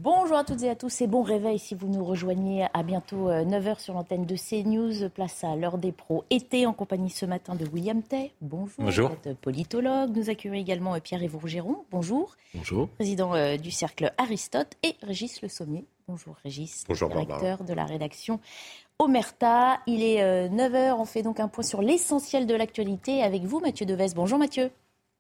Bonjour à toutes et à tous et bon réveil si vous nous rejoignez à bientôt 9h sur l'antenne de CNews. Place à l'heure des pros été en compagnie ce matin de William Tay. Bonjour. Bonjour. Vous êtes politologue. Nous accueillons également Pierre-Yves Rougeron. Bonjour. Bonjour. Président du Cercle Aristote et Régis Le Sommier. Bonjour Régis. Bonjour directeur Barbara. de la rédaction Omerta. Il est 9h. On fait donc un point sur l'essentiel de l'actualité avec vous Mathieu Deves. Bonjour Mathieu.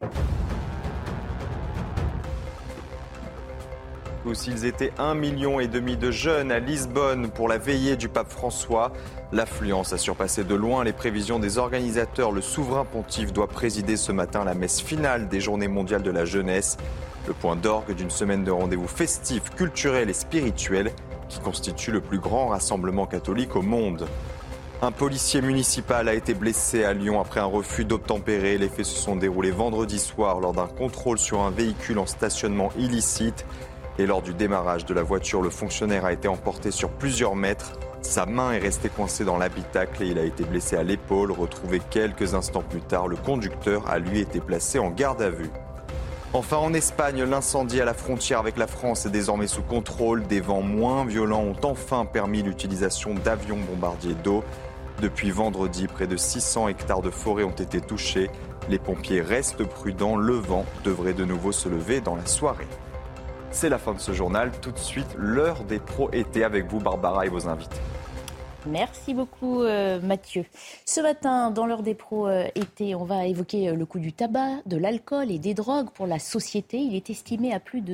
Ils étaient 1,5 million de jeunes à Lisbonne pour la veillée du pape François. L'affluence a surpassé de loin les prévisions des organisateurs. Le souverain pontife doit présider ce matin la messe finale des Journées mondiales de la jeunesse. Le point d'orgue d'une semaine de rendez-vous festifs, culturels et spirituels qui constitue le plus grand rassemblement catholique au monde. Un policier municipal a été blessé à Lyon après un refus d'obtempérer. Les faits se sont déroulés vendredi soir lors d'un contrôle sur un véhicule en stationnement illicite. Et lors du démarrage de la voiture, le fonctionnaire a été emporté sur plusieurs mètres. Sa main est restée coincée dans l'habitacle et il a été blessé à l'épaule. Retrouvé quelques instants plus tard, le conducteur a lui été placé en garde à vue. Enfin, en Espagne, l'incendie à la frontière avec la France est désormais sous contrôle. Des vents moins violents ont enfin permis l'utilisation d'avions bombardiers d'eau. Depuis vendredi, près de 600 hectares de forêt ont été touchés. Les pompiers restent prudents. Le vent devrait de nouveau se lever dans la soirée. C'est la fin de ce journal. Tout de suite, l'heure des pros été avec vous, Barbara, et vos invités. Merci beaucoup Mathieu. Ce matin, dans l'heure des pros été, on va évoquer le coût du tabac, de l'alcool et des drogues pour la société. Il est estimé à plus de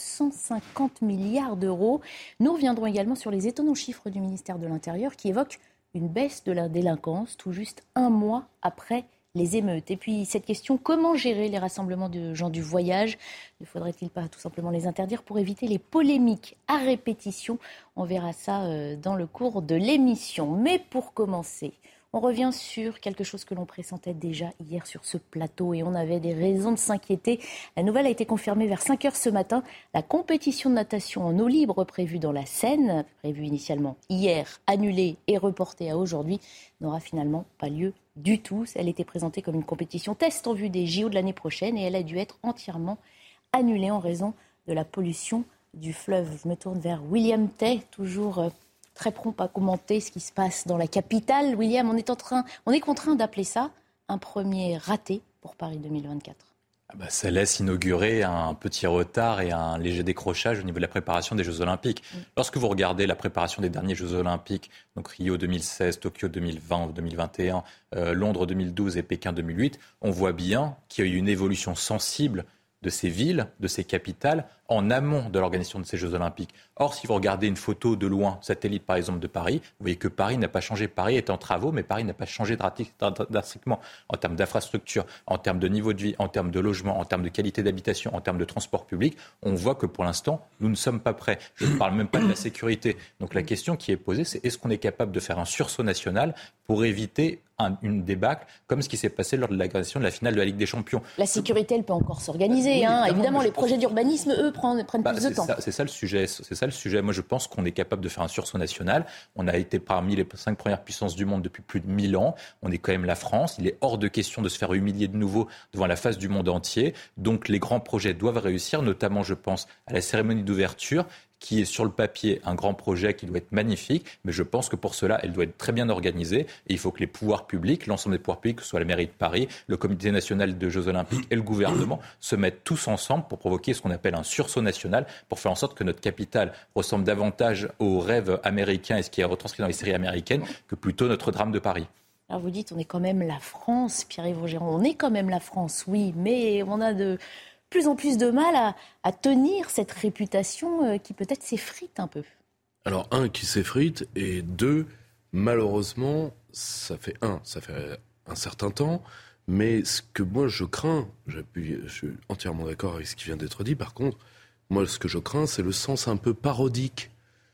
250 milliards d'euros. Nous reviendrons également sur les étonnants chiffres du ministère de l'Intérieur qui évoquent une baisse de la délinquance tout juste un mois après les émeutes. Et puis cette question, comment gérer les rassemblements de gens du voyage ? Ne faudrait-il pas tout simplement les interdire pour éviter les polémiques à répétition ? On verra ça dans le cours de l'émission. Mais pour commencer, on revient sur quelque chose que l'on pressentait déjà hier sur ce plateau et on avait des raisons de s'inquiéter. La nouvelle a été confirmée vers 5h ce matin. La compétition de natation en eau libre prévue dans la Seine, prévue initialement hier, annulée et reportée à aujourd'hui, n'aura finalement pas lieu du tout. Elle était présentée comme une compétition test en vue des JO de l'année prochaine et elle a dû être entièrement annulée en raison de la pollution du fleuve. Je me tourne vers William Tay, toujours très prompt à commenter ce qui se passe dans la capitale. William, on est contraint d'appeler ça un premier raté pour Paris 2024. Ça laisse inaugurer un petit retard et un léger décrochage au niveau de la préparation des Jeux Olympiques. Lorsque vous regardez la préparation des derniers Jeux Olympiques, donc Rio 2016, Tokyo 2020 ou 2021, Londres 2012 et Pékin 2008, on voit bien qu'il y a eu une évolution sensible de ces villes, de ces capitales, en amont de l'organisation de ces Jeux Olympiques. Or, si vous regardez une photo de loin, satellite par exemple de Paris, vous voyez que Paris n'a pas changé. Paris est en travaux, mais Paris n'a pas changé drastiquement en termes d'infrastructure, en termes de niveau de vie, en termes de logement, en termes de qualité d'habitation, en termes de transport public. On voit que pour l'instant, nous ne sommes pas prêts. Je ne parle même pas de la sécurité. Donc la question qui est posée, c'est est-ce qu'on est capable de faire un sursaut national pour éviter une débâcle, comme ce qui s'est passé lors de l'organisation de la finale de la Ligue des Champions. La sécurité, elle peut encore s'organiser. Oui, évidemment, les projets d'urbanisme, eux, prennent plus de temps. C'est ça le sujet. Moi, je pense qu'on est capable de faire un sursaut national. On a été parmi les 5 premières puissances du monde depuis plus de 1000 ans. On est quand même la France. Il est hors de question de se faire humilier de nouveau devant la face du monde entier. Donc, les grands projets doivent réussir, notamment, je pense, à la cérémonie d'ouverture, qui est sur le papier un grand projet qui doit être magnifique, mais je pense que pour cela, elle doit être très bien organisée. Et il faut que les pouvoirs publics, l'ensemble des pouvoirs publics, que ce soit la mairie de Paris, le Comité national des Jeux Olympiques et le gouvernement, se mettent tous ensemble pour provoquer ce qu'on appelle un sursaut national, pour faire en sorte que notre capitale ressemble davantage aux rêves américains et ce qui est retranscrit dans les séries américaines que plutôt notre drame de Paris. Alors vous dites, on est quand même la France, Pierre-Yves Rougeron, on est quand même la France, oui, mais on a de plus en plus de mal à tenir cette réputation qui peut-être s'effrite un peu. Alors, qui s'effrite, et 2, malheureusement, ça fait un certain temps, mais ce que moi je crains, je suis entièrement d'accord avec ce qui vient d'être dit, par contre, moi ce que je crains, c'est le sens un peu parodique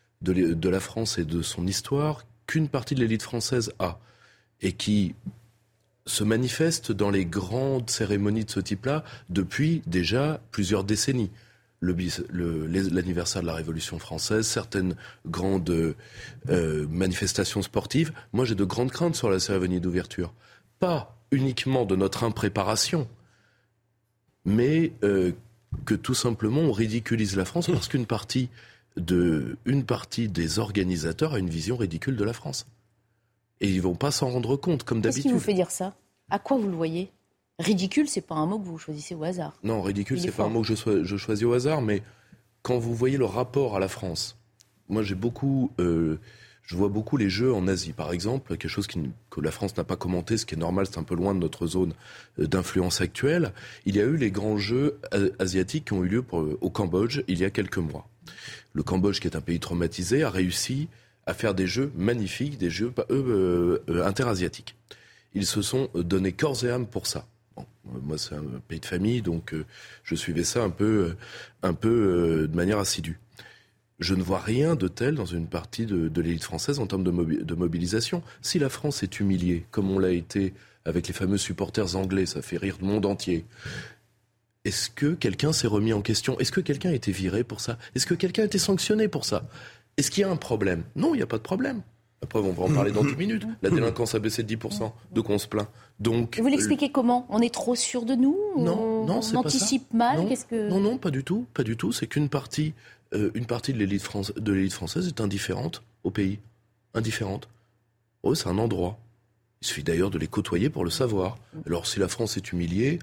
de la France et de son histoire qu'une partie de l'élite française a, et qui se manifeste dans les grandes cérémonies de ce type-là depuis déjà plusieurs décennies. L'anniversaire de la Révolution française, certaines grandes manifestations sportives. Moi, j'ai de grandes craintes sur la cérémonie d'ouverture. Pas uniquement de notre impréparation, mais que tout simplement on ridiculise la France parce qu'une partie une partie des organisateurs a une vision ridicule de la France. Et ils ne vont pas s'en rendre compte, comme d'habitude. Qu'est-ce qui vous fait dire ça ? À quoi vous le voyez ? Ridicule, c'est pas un mot que vous choisissez au hasard. Non, ridicule, c'est pas un mot que je choisis au hasard, mais quand vous voyez le rapport à la France, moi je vois beaucoup les Jeux en Asie, par exemple, quelque chose que la France n'a pas commenté, ce qui est normal, c'est un peu loin de notre zone d'influence actuelle. Il y a eu les grands Jeux asiatiques qui ont eu lieu au Cambodge il y a quelques mois. Le Cambodge, qui est un pays traumatisé, a réussi à faire des Jeux magnifiques, des Jeux interasiatiques. Ils se sont donnés corps et âme pour ça. Bon, moi, c'est un pays de famille, donc je suivais ça un peu de manière assidue. Je ne vois rien de tel dans une partie de l'élite française en termes de mobilisation. Si la France est humiliée, comme on l'a été avec les fameux supporters anglais, ça fait rire le monde entier. Est-ce que quelqu'un s'est remis en question ? Est-ce que quelqu'un a été viré pour ça ? Est-ce que quelqu'un a été sanctionné pour ça ? Est-ce qu'il y a un problème ? Non, il n'y a pas de problème. Après, on va en parler dans 10 minutes. La délinquance a baissé de 10%. De quoi on se plaint ? Donc, vous l'expliquez comment ? On est trop sûr de nous ? Non, c'est on pas ça. anticipe mal ? Non, pas du tout. Pas du tout. C'est qu'une partie de l'élite française est indifférente au pays. Indifférente. Oh, c'est un endroit. Il suffit d'ailleurs de les côtoyer pour le savoir. Alors, si la France est humiliée,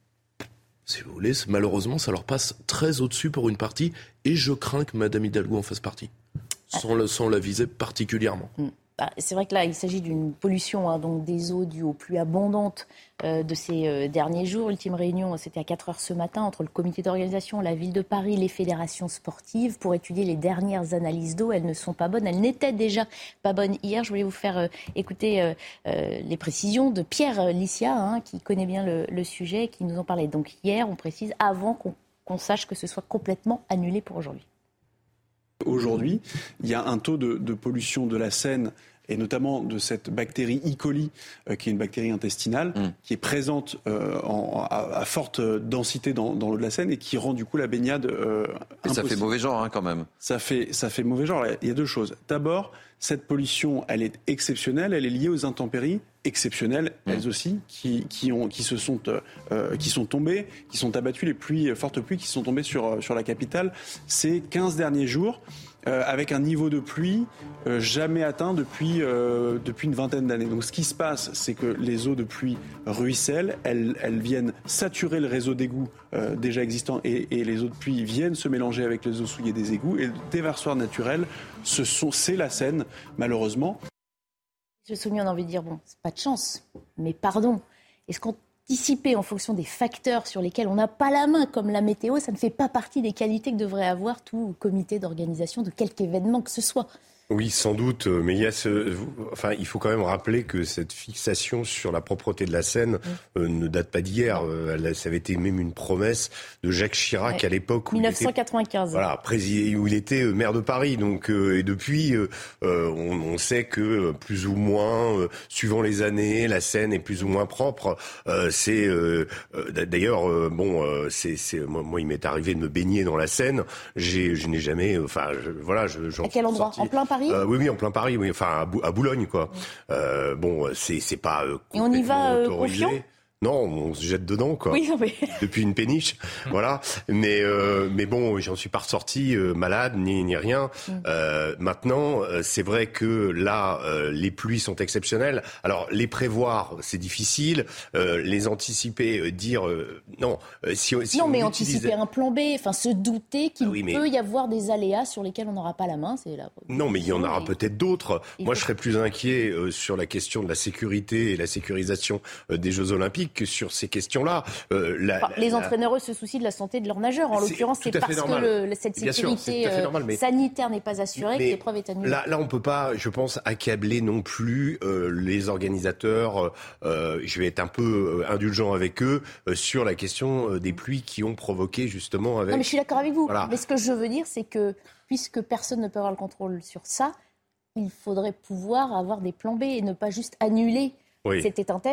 si vous voulez, malheureusement, ça leur passe très au-dessus pour une partie. Et je crains que Mme Hidalgo en fasse partie. Sans la viser particulièrement. C'est vrai que là, il s'agit d'une pollution donc des eaux dues aux pluies abondantes de ces derniers jours. Ultime réunion, c'était à 4h ce matin entre le comité d'organisation, la ville de Paris, les fédérations sportives pour étudier les dernières analyses d'eau. Elles ne sont pas bonnes. Elles n'étaient déjà pas bonnes hier. Je voulais vous faire écouter les précisions de Pierre Lissia, qui connaît bien le sujet, qui nous en parlait. Donc hier, on précise, avant qu'on sache que ce soit complètement annulé pour aujourd'hui. Aujourd'hui, il y a un taux de pollution de la Seine et notamment de cette bactérie E. coli, qui est une bactérie intestinale, qui est présente à forte densité dans l'eau de la Seine et qui rend du coup la baignade impossible. Ça fait mauvais genre quand même. Ça fait mauvais genre. Il y a deux choses. D'abord, cette pollution, elle est exceptionnelle, elle est liée aux intempéries exceptionnelles, elles aussi, qui sont tombées, qui sont abattues, les fortes pluies qui sont tombées sur la capitale ces 15 derniers jours. Avec un niveau de pluie jamais atteint depuis une vingtaine d'années. Donc ce qui se passe, c'est que les eaux de pluie ruissellent, elles viennent saturer le réseau d'égouts déjà existant et les eaux de pluie viennent se mélanger avec les eaux souillées des égouts. Et le déversoir naturel, c'est la Seine, malheureusement. Je me souviens, on a envie de dire, bon, c'est pas de chance, mais pardon. Est-ce qu'anticiper en fonction des facteurs sur lesquels on n'a pas la main, comme la météo, ça ne fait pas partie des qualités que devrait avoir tout comité d'organisation de quelque événement que ce soit ? Oui, sans doute, mais il faut quand même rappeler que cette fixation sur la propreté de la Seine ne date pas d'hier. Ça avait été même une promesse de Jacques Chirac à l'époque. 1995. Où il était maire de Paris. Donc, et depuis, on sait que plus ou moins, suivant les années, la Seine est plus ou moins propre. D'ailleurs, moi, il m'est arrivé de me baigner dans la Seine. Je n'ai jamais, à quel endroit ? En plein Paris ? Oui, en plein Paris, oui. Enfin, à Boulogne, quoi. C'est pas et on y va confiant ? Non, on se jette dedans, quoi. Oui, mais... Depuis une péniche, voilà. Mais bon, j'en suis pas ressorti malade ni rien. Maintenant, c'est vrai que là, les pluies sont exceptionnelles. Alors, les prévoir, c'est difficile. Les anticiper, dire non. Mais anticiper un plan B, se douter qu'il peut y avoir des aléas sur lesquels on n'aura pas la main, c'est là. Non, mais il y en aura peut-être d'autres. Moi, je serais plus inquiet sur la question de la sécurité et la sécurisation des Jeux Olympiques que sur ces questions-là. Les entraîneurs, eux, se soucient de la santé de leurs nageurs. En l'occurrence, c'est parce que cette sécurité sanitaire n'est pas assurée que l'épreuve est annulée. Là, on ne peut pas, je pense, accabler non plus les organisateurs. Je vais être un peu indulgent avec eux sur la question des pluies qui ont provoqué justement avec... Non, mais je suis d'accord avec vous. Voilà. Mais ce que je veux dire, c'est que puisque personne ne peut avoir le contrôle sur ça, il faudrait pouvoir avoir des plans B et ne pas juste annuler. Oui. C'était un test.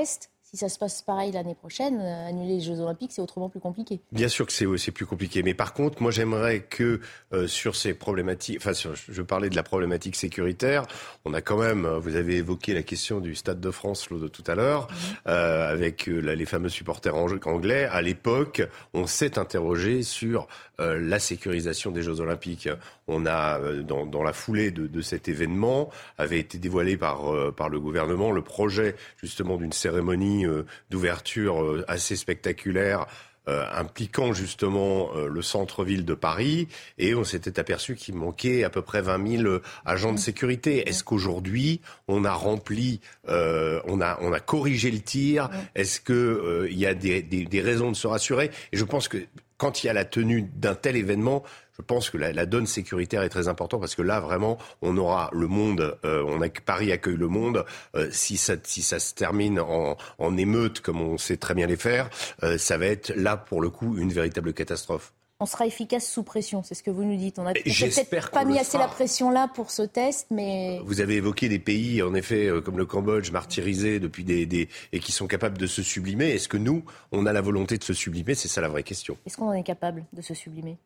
Si ça se passe pareil l'année prochaine, annuler les Jeux Olympiques, c'est autrement plus compliqué. Bien sûr que c'est plus compliqué. Mais par contre, moi, j'aimerais que sur ces problématiques, je parlais de la problématique sécuritaire. On a quand même, vous avez évoqué la question du Stade de France tout à l'heure, avec les fameux supporters anglais. À l'époque, on s'est interrogé sur la sécurisation des Jeux Olympiques. On a, dans la foulée de cet événement, avait été dévoilé par le gouvernement le projet justement d'une cérémonie d'ouverture assez spectaculaire impliquant justement le centre-ville de Paris, et on s'était aperçu qu'il manquait à peu près 20 000 agents de sécurité. Est-ce qu'aujourd'hui on a rempli, on a corrigé le tir? Est-ce que il y a des raisons de se rassurer? Et je pense que quand il y a la tenue d'un tel événement, je pense que la donne sécuritaire est très importante, parce que là, vraiment, on aura le monde, Paris accueille le monde. Si ça se termine en émeute, comme on sait très bien les faire, ça va être là, pour le coup, une véritable catastrophe. On sera efficace sous pression, c'est ce que vous nous dites. On a peut-être pas mis assez la pression là pour ce test, mais... Vous avez évoqué des pays, en effet, comme le Cambodge, martyrisés depuis et qui sont capables de se sublimer. Est-ce que nous, on a la volonté de se sublimer? C'est ça la vraie question. Est-ce qu'on en est capable de se sublimer?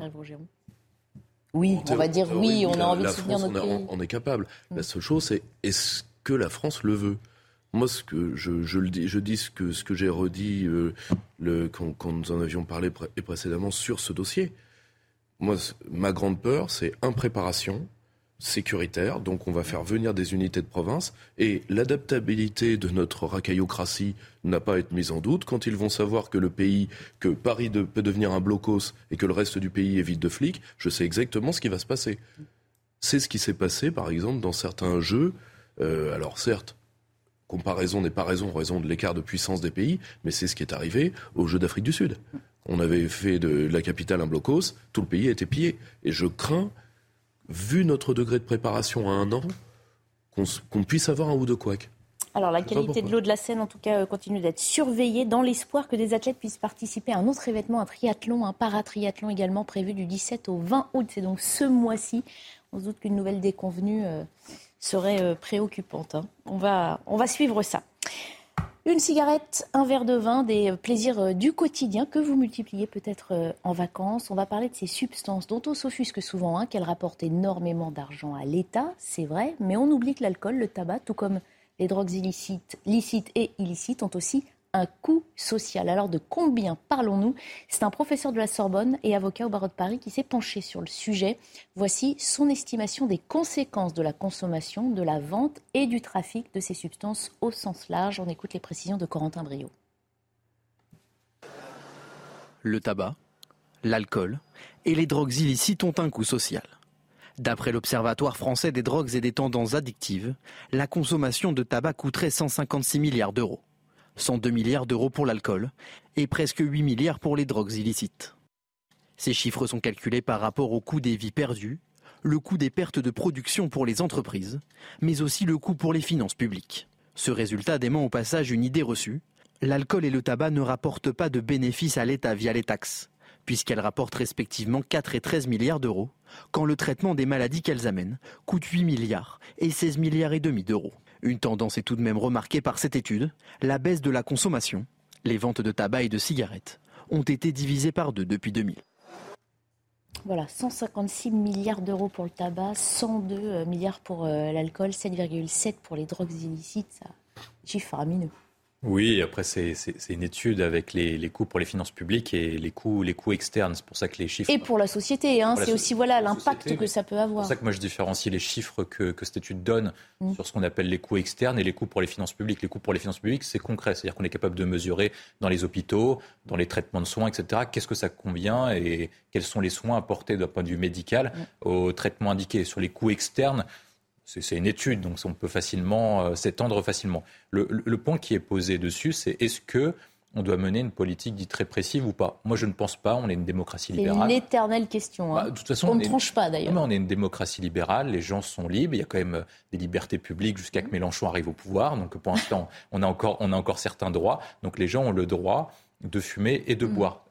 Oui, on va dire oui, on a envie de soutenir notre pays. On est capable. La seule chose, c'est est-ce que la France le veut? Moi, ce que je dis ce que j'ai redit quand nous en avions parlé précédemment sur ce dossier. Moi, ma grande peur, c'est impréparation sécuritaire. Donc, on va faire venir des unités de province, et l'adaptabilité de notre racaillocratie n'a pas à être mise en doute. Quand ils vont savoir que Paris peut devenir un blocos et que le reste du pays est vide de flics, je sais exactement ce qui va se passer. C'est ce qui s'est passé, par exemple, dans certains jeux. Alors, certes, comparaison n'est pas raison en raison de l'écart de puissance des pays, mais c'est ce qui est arrivé aux Jeux d'Afrique du Sud. On avait fait de la capitale un blocos, tout le pays a été pillé. Et je crains, vu notre degré de préparation à 1 an, qu'on puisse avoir un ou deux couacs. Alors la qualité de l'eau de la Seine, en tout cas, continue d'être surveillée, dans l'espoir que des athlètes puissent participer à un autre événement, un triathlon, un paratriathlon également prévu du 17 au 20 août. C'est donc ce mois-ci. On se doute qu'une nouvelle déconvenue serait préoccupante. On va suivre ça. Une cigarette, un verre de vin, des plaisirs du quotidien que vous multipliez peut-être en vacances. On va parler de ces substances dont on s'offusque souvent, qu'elles rapportent énormément d'argent à l'État, c'est vrai, mais on oublie que l'alcool, le tabac, tout comme les drogues licites et illicites, ont aussi un coût social. Alors de combien parlons-nous? C'est un professeur de la Sorbonne et avocat au barreau de Paris qui s'est penché sur le sujet. Voici son estimation des conséquences de la consommation, de la vente et du trafic de ces substances au sens large. On écoute les précisions de Corentin Brio. Le tabac, l'alcool et les drogues illicites ont un coût social. D'après l'Observatoire français des drogues et des tendances addictives, la consommation de tabac coûterait 156 milliards d'euros. 102 milliards d'euros pour l'alcool et presque 8 milliards pour les drogues illicites. Ces chiffres sont calculés par rapport au coût des vies perdues, le coût des pertes de production pour les entreprises, mais aussi le coût pour les finances publiques. Ce résultat dément au passage une idée reçue. L'alcool et le tabac ne rapportent pas de bénéfices à l'État via les taxes, puisqu'elles rapportent respectivement 4 et 13 milliards d'euros, quand le traitement des maladies qu'elles amènent coûte 8 milliards et 16 milliards et demi d'euros. Une tendance est tout de même remarquée par cette étude, la baisse de la consommation. Les ventes de tabac et de cigarettes ont été divisées par 2 depuis 2000. Voilà, 156 milliards d'euros pour le tabac, 102 milliards pour l'alcool, 7,7 pour les drogues illicites, ça, chiffre faramineux. Oui, après c'est une étude avec les coûts pour les finances publiques et les coûts externes. C'est pour ça que les chiffres... Et pour la société, c'est aussi l'impact que ça peut avoir. C'est pour ça que moi je différencie les chiffres que cette étude donne sur ce qu'on appelle les coûts externes et les coûts pour les finances publiques. Les coûts pour les finances publiques, c'est concret. C'est-à-dire qu'on est capable de mesurer dans les hôpitaux, dans les traitements de soins, etc. Qu'est-ce que ça convient et quels sont les soins apportés d'un point de vue médical aux traitements indiqués. Sur les coûts externes, c'est une étude, donc on peut facilement s'étendre facilement. Le point qui est posé dessus, c'est est-ce qu'on doit mener une politique dite répressive ou pas? Moi, je ne pense pas. On est une démocratie libérale. C'est une éternelle question. De toute façon, on ne tranche pas, d'ailleurs. Non, mais on est une démocratie libérale. Les gens sont libres. Il y a quand même des libertés publiques jusqu'à que Mélenchon arrive au pouvoir. Donc, pour l'instant, on a encore certains droits. Donc, les gens ont le droit de fumer et de boire.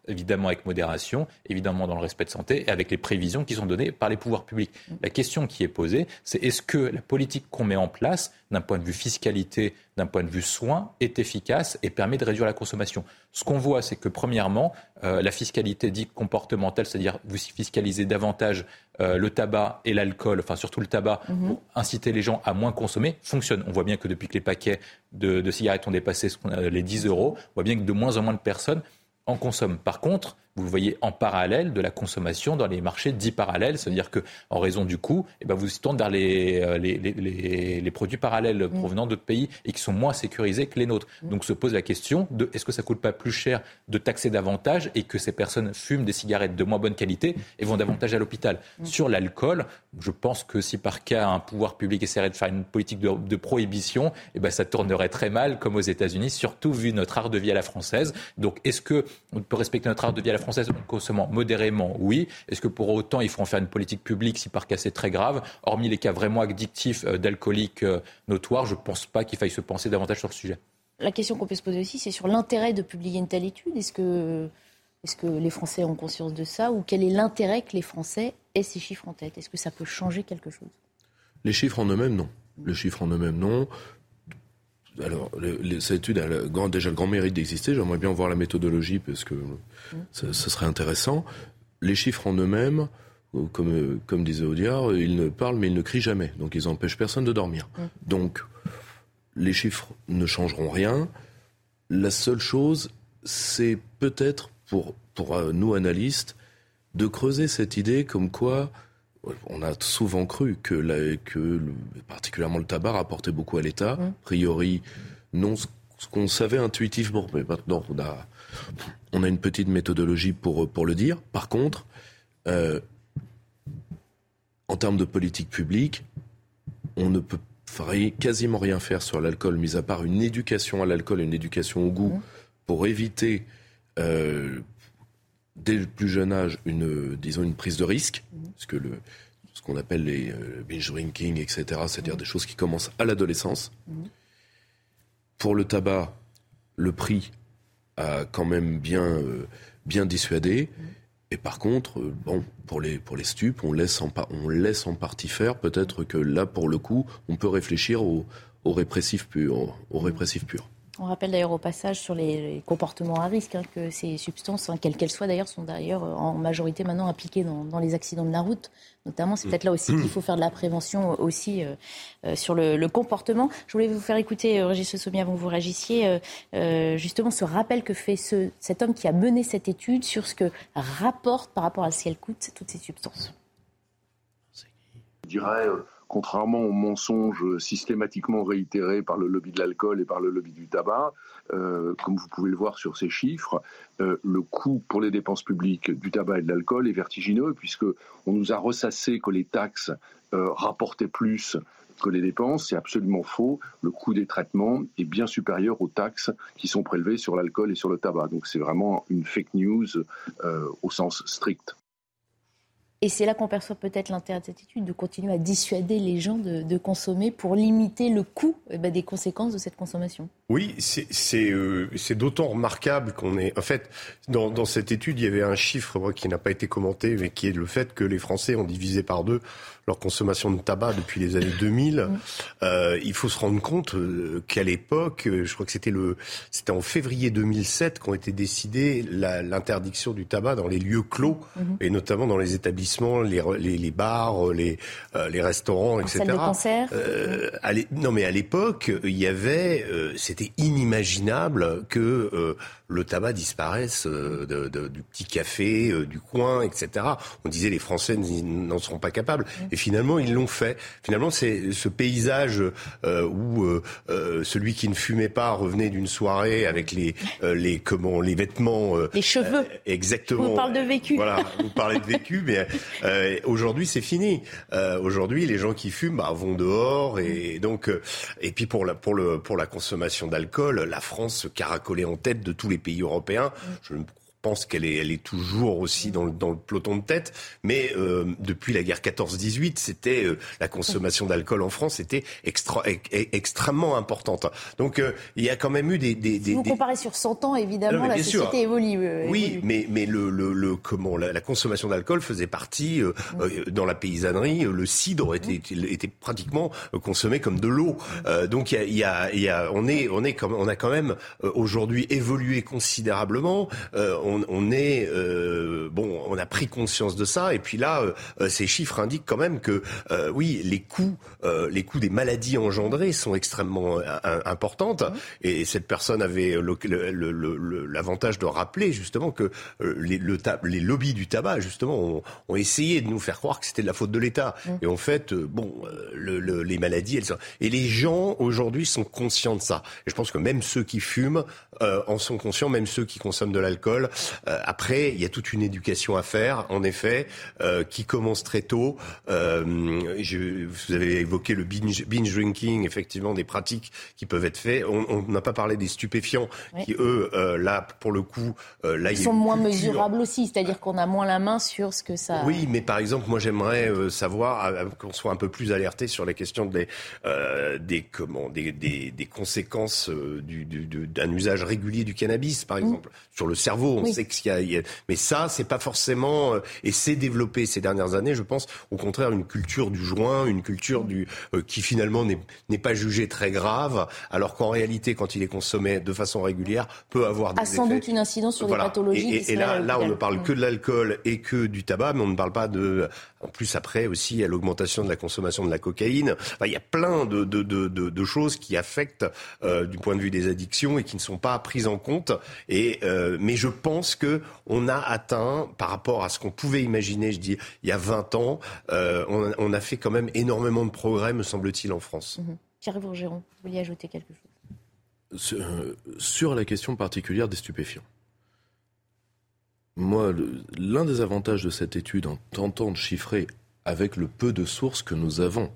évidemment avec modération, évidemment dans le respect de santé et avec les prévisions qui sont données par les pouvoirs publics. La question qui est posée, c'est est-ce que la politique qu'on met en place, d'un point de vue fiscalité, d'un point de vue soins, est efficace et permet de réduire la consommation. Ce qu'on voit, c'est que premièrement, la fiscalité dite comportementale, c'est-à-dire vous fiscalisez davantage le tabac et l'alcool, enfin surtout le tabac, pour inciter les gens à moins consommer, fonctionne. On voit bien que depuis que les paquets de cigarettes ont dépassé les 10 €, on voit bien que de moins en moins de personnes en consomment. Par contre, vous le voyez en parallèle de la consommation dans les marchés dits parallèles, c'est-à-dire qu'en raison du coût, vous vous tournez vers les produits parallèles provenant d'autres pays et qui sont moins sécurisés que les nôtres. Donc se pose la question de est-ce que ça ne coûte pas plus cher de taxer davantage et que ces personnes fument des cigarettes de moins bonne qualité et vont davantage à l'hôpital. Sur l'alcool, je pense que si par cas un pouvoir public essaierait de faire une politique de prohibition, ça tournerait très mal comme aux États-Unis, surtout vu notre art de vie à la française. Donc est-ce qu'on peut respecter notre art de vie à la française en consommant modérément? Oui. Est-ce que pour autant il faut en faire une politique publique si par cas c'est très grave? Hormis les cas vraiment addictifs d'alcooliques notoires, je ne pense pas qu'il faille se penser davantage sur le sujet. La question qu'on peut se poser aussi, c'est sur l'intérêt de publier une telle étude. Est-ce que les Français ont conscience de ça, ou quel est l'intérêt que les Français aient ces chiffres en tête? Est-ce que ça peut changer quelque chose? Les chiffres en eux-mêmes, non. Les chiffres en eux-mêmes, non. Alors, cette étude a déjà le grand mérite d'exister. J'aimerais bien voir la méthodologie parce que ce serait intéressant. Les chiffres en eux-mêmes, comme disait Audiard, ils ne parlent mais ils ne crient jamais. Donc ils n'empêchent personne de dormir. Donc les chiffres ne changeront rien. La seule chose, c'est peut-être pour nous analystes de creuser cette idée comme quoi on a souvent cru que particulièrement le tabac rapportait beaucoup à l'État. A priori, non, ce qu'on savait intuitivement. Mais maintenant, on a une petite méthodologie pour le dire. Par contre, en termes de politique publique, on ne peut quasiment rien faire sur l'alcool, mis à part une éducation à l'alcool et une éducation au goût, pour éviter, dès le plus jeune âge, une prise de risque. Parce que ce qu'on appelle les binge drinking, etc., c'est-à-dire des choses qui commencent à l'adolescence. Pour le tabac, le prix a quand même bien dissuadé. Et par contre, pour les stupes, on laisse en partie faire. Peut-être que là, pour le coup, on peut réfléchir aux répressifs purs. On rappelle d'ailleurs au passage sur les comportements à risque que ces substances, quelles qu'elles soient d'ailleurs, sont d'ailleurs en majorité maintenant appliquées dans les accidents de la route. Notamment, c'est peut-être là aussi qu'il faut faire de la prévention aussi sur le comportement. Je voulais vous faire écouter, Régis Le Sommier, avant que vous réagissiez, justement ce rappel que fait cet homme qui a mené cette étude sur ce que rapportent par rapport à ce qu'elles coûtent toutes ces substances. Je dirais, contrairement aux mensonges systématiquement réitérés par le lobby de l'alcool et par le lobby du tabac, comme vous pouvez le voir sur ces chiffres, le coût pour les dépenses publiques du tabac et de l'alcool est vertigineux, puisqu'on nous a ressassé que les taxes rapportaient plus que les dépenses. C'est absolument faux. Le coût des traitements est bien supérieur aux taxes qui sont prélevées sur l'alcool et sur le tabac. Donc c'est vraiment une fake news au sens strict. Et c'est là qu'on perçoit peut-être l'intérêt de cette étude, de continuer à dissuader les gens de consommer pour limiter le coût des conséquences de cette consommation. Oui, c'est d'autant remarquable qu'on est... En fait, dans cette étude, il y avait un chiffre qui n'a pas été commenté, mais qui est le fait que les Français ont divisé par 2 leur consommation de tabac depuis les années 2000. Il faut se rendre compte qu'à l'époque, je crois que c'était en février 2007 qu'ont été décidées l'interdiction du tabac dans les lieux clos, et notamment dans les établissements, les bars, les restaurants, etc. Salle de concert. Non, mais à l'époque, il y avait... c'était inimaginable que le tabac disparaisse du petit café, du coin, etc. On disait les Français n'en seront pas capables. Et finalement, ils l'ont fait. Finalement, c'est ce paysage où celui qui ne fumait pas revenait d'une soirée avec les vêtements... les cheveux. Exactement. On parle de vécu. Voilà, vous parlez de vécu, mais aujourd'hui, c'est fini. Aujourd'hui, les gens qui fument vont dehors. Et donc, et puis pour la consommation d'alcool, la France se caracolait en tête de tous les pays européens. Je ne pense qu'elle est toujours aussi dans le peloton de tête. Mais depuis la guerre 14-18, c'était la consommation d'alcool en France était extrêmement importante. Donc il y a quand même eu Si vous comparez sur 100 ans, évidemment, la société évolue. Oui, mais la consommation d'alcool faisait partie dans la paysannerie. Le cidre était pratiquement consommé comme de l'eau. Donc on a quand même aujourd'hui évolué considérablement. On a pris conscience de ça. Et puis là, ces chiffres indiquent quand même que oui, les coûts des maladies engendrées sont extrêmement importantes. Et cette personne avait l'avantage de rappeler justement que les lobbies du tabac justement ont essayé de nous faire croire que c'était de la faute de l'État. Et en fait, les maladies, et les gens aujourd'hui sont conscients de ça. Et je pense que même ceux qui fument en sont conscients, même ceux qui consomment de l'alcool. Après, il y a toute une éducation à faire, en effet, qui commence très tôt. Vous avez évoqué le binge drinking, effectivement, des pratiques qui peuvent être faites. On n'a pas parlé des stupéfiants, qui eux, là, pour le coup, ils sont moins mesurables aussi, c'est-à-dire qu'on a moins la main sur ce que ça. Oui, mais par exemple, moi, j'aimerais savoir qu'on soit un peu plus alerté sur les questions des conséquences d'un usage régulier du cannabis, par exemple, sur le cerveau. On sait qu'il y a, mais ça, c'est pas forcément, et c'est développé ces dernières années, je pense, au contraire, une culture du joint, une culture qui finalement n'est pas jugée très grave, alors qu'en réalité, quand il est consommé de façon régulière, peut avoir des effets. Sans doute une incidence sur des pathologies. Et là, on ne parle que de l'alcool et que du tabac, mais on ne parle pas en plus après aussi à l'augmentation de la consommation de la cocaïne. Enfin, il y a plein de choses qui affectent du point de vue des addictions et qui ne sont pas prises en compte. Mais je pense que on a atteint, par rapport à ce qu'on pouvait imaginer, je dis, il y a 20 ans, on a fait quand même énormément de progrès, me semble-t-il, en France. Pierre-Yves Rougeron, vous vouliez ajouter quelque chose ? Sur la question particulière des stupéfiants. Moi, l'un des avantages de cette étude, en tentant de chiffrer avec le peu de sources que nous avons,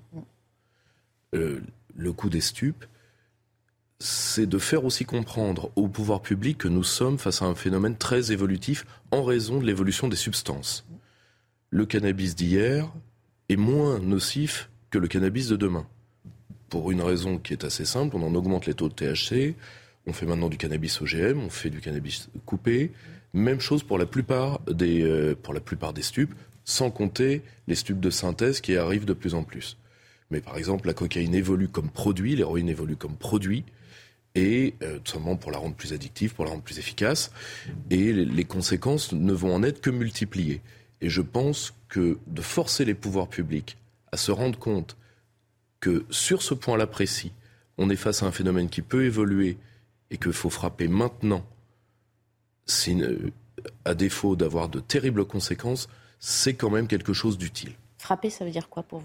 le coût des stupes, c'est de faire aussi comprendre au pouvoir public que nous sommes face à un phénomène très évolutif en raison de l'évolution des substances. Le cannabis d'hier est moins nocif que le cannabis de demain. Pour une raison qui est assez simple, on en augmente les taux de THC, on fait maintenant du cannabis OGM, on fait du cannabis coupé. Même chose pour la plupart des stupes, sans compter les stupes de synthèse qui arrivent de plus en plus. Mais par exemple, la cocaïne évolue comme produit, l'héroïne évolue comme produit, et tout simplement pour la rendre plus addictive, pour la rendre plus efficace, et les conséquences ne vont en être que multipliées. Et je pense que de forcer les pouvoirs publics à se rendre compte que sur ce point-là précis, on est face à un phénomène qui peut évoluer et qu'il faut frapper maintenant, à défaut d'avoir de terribles conséquences, c'est quand même quelque chose d'utile. Frapper, ça veut dire quoi pour vous ?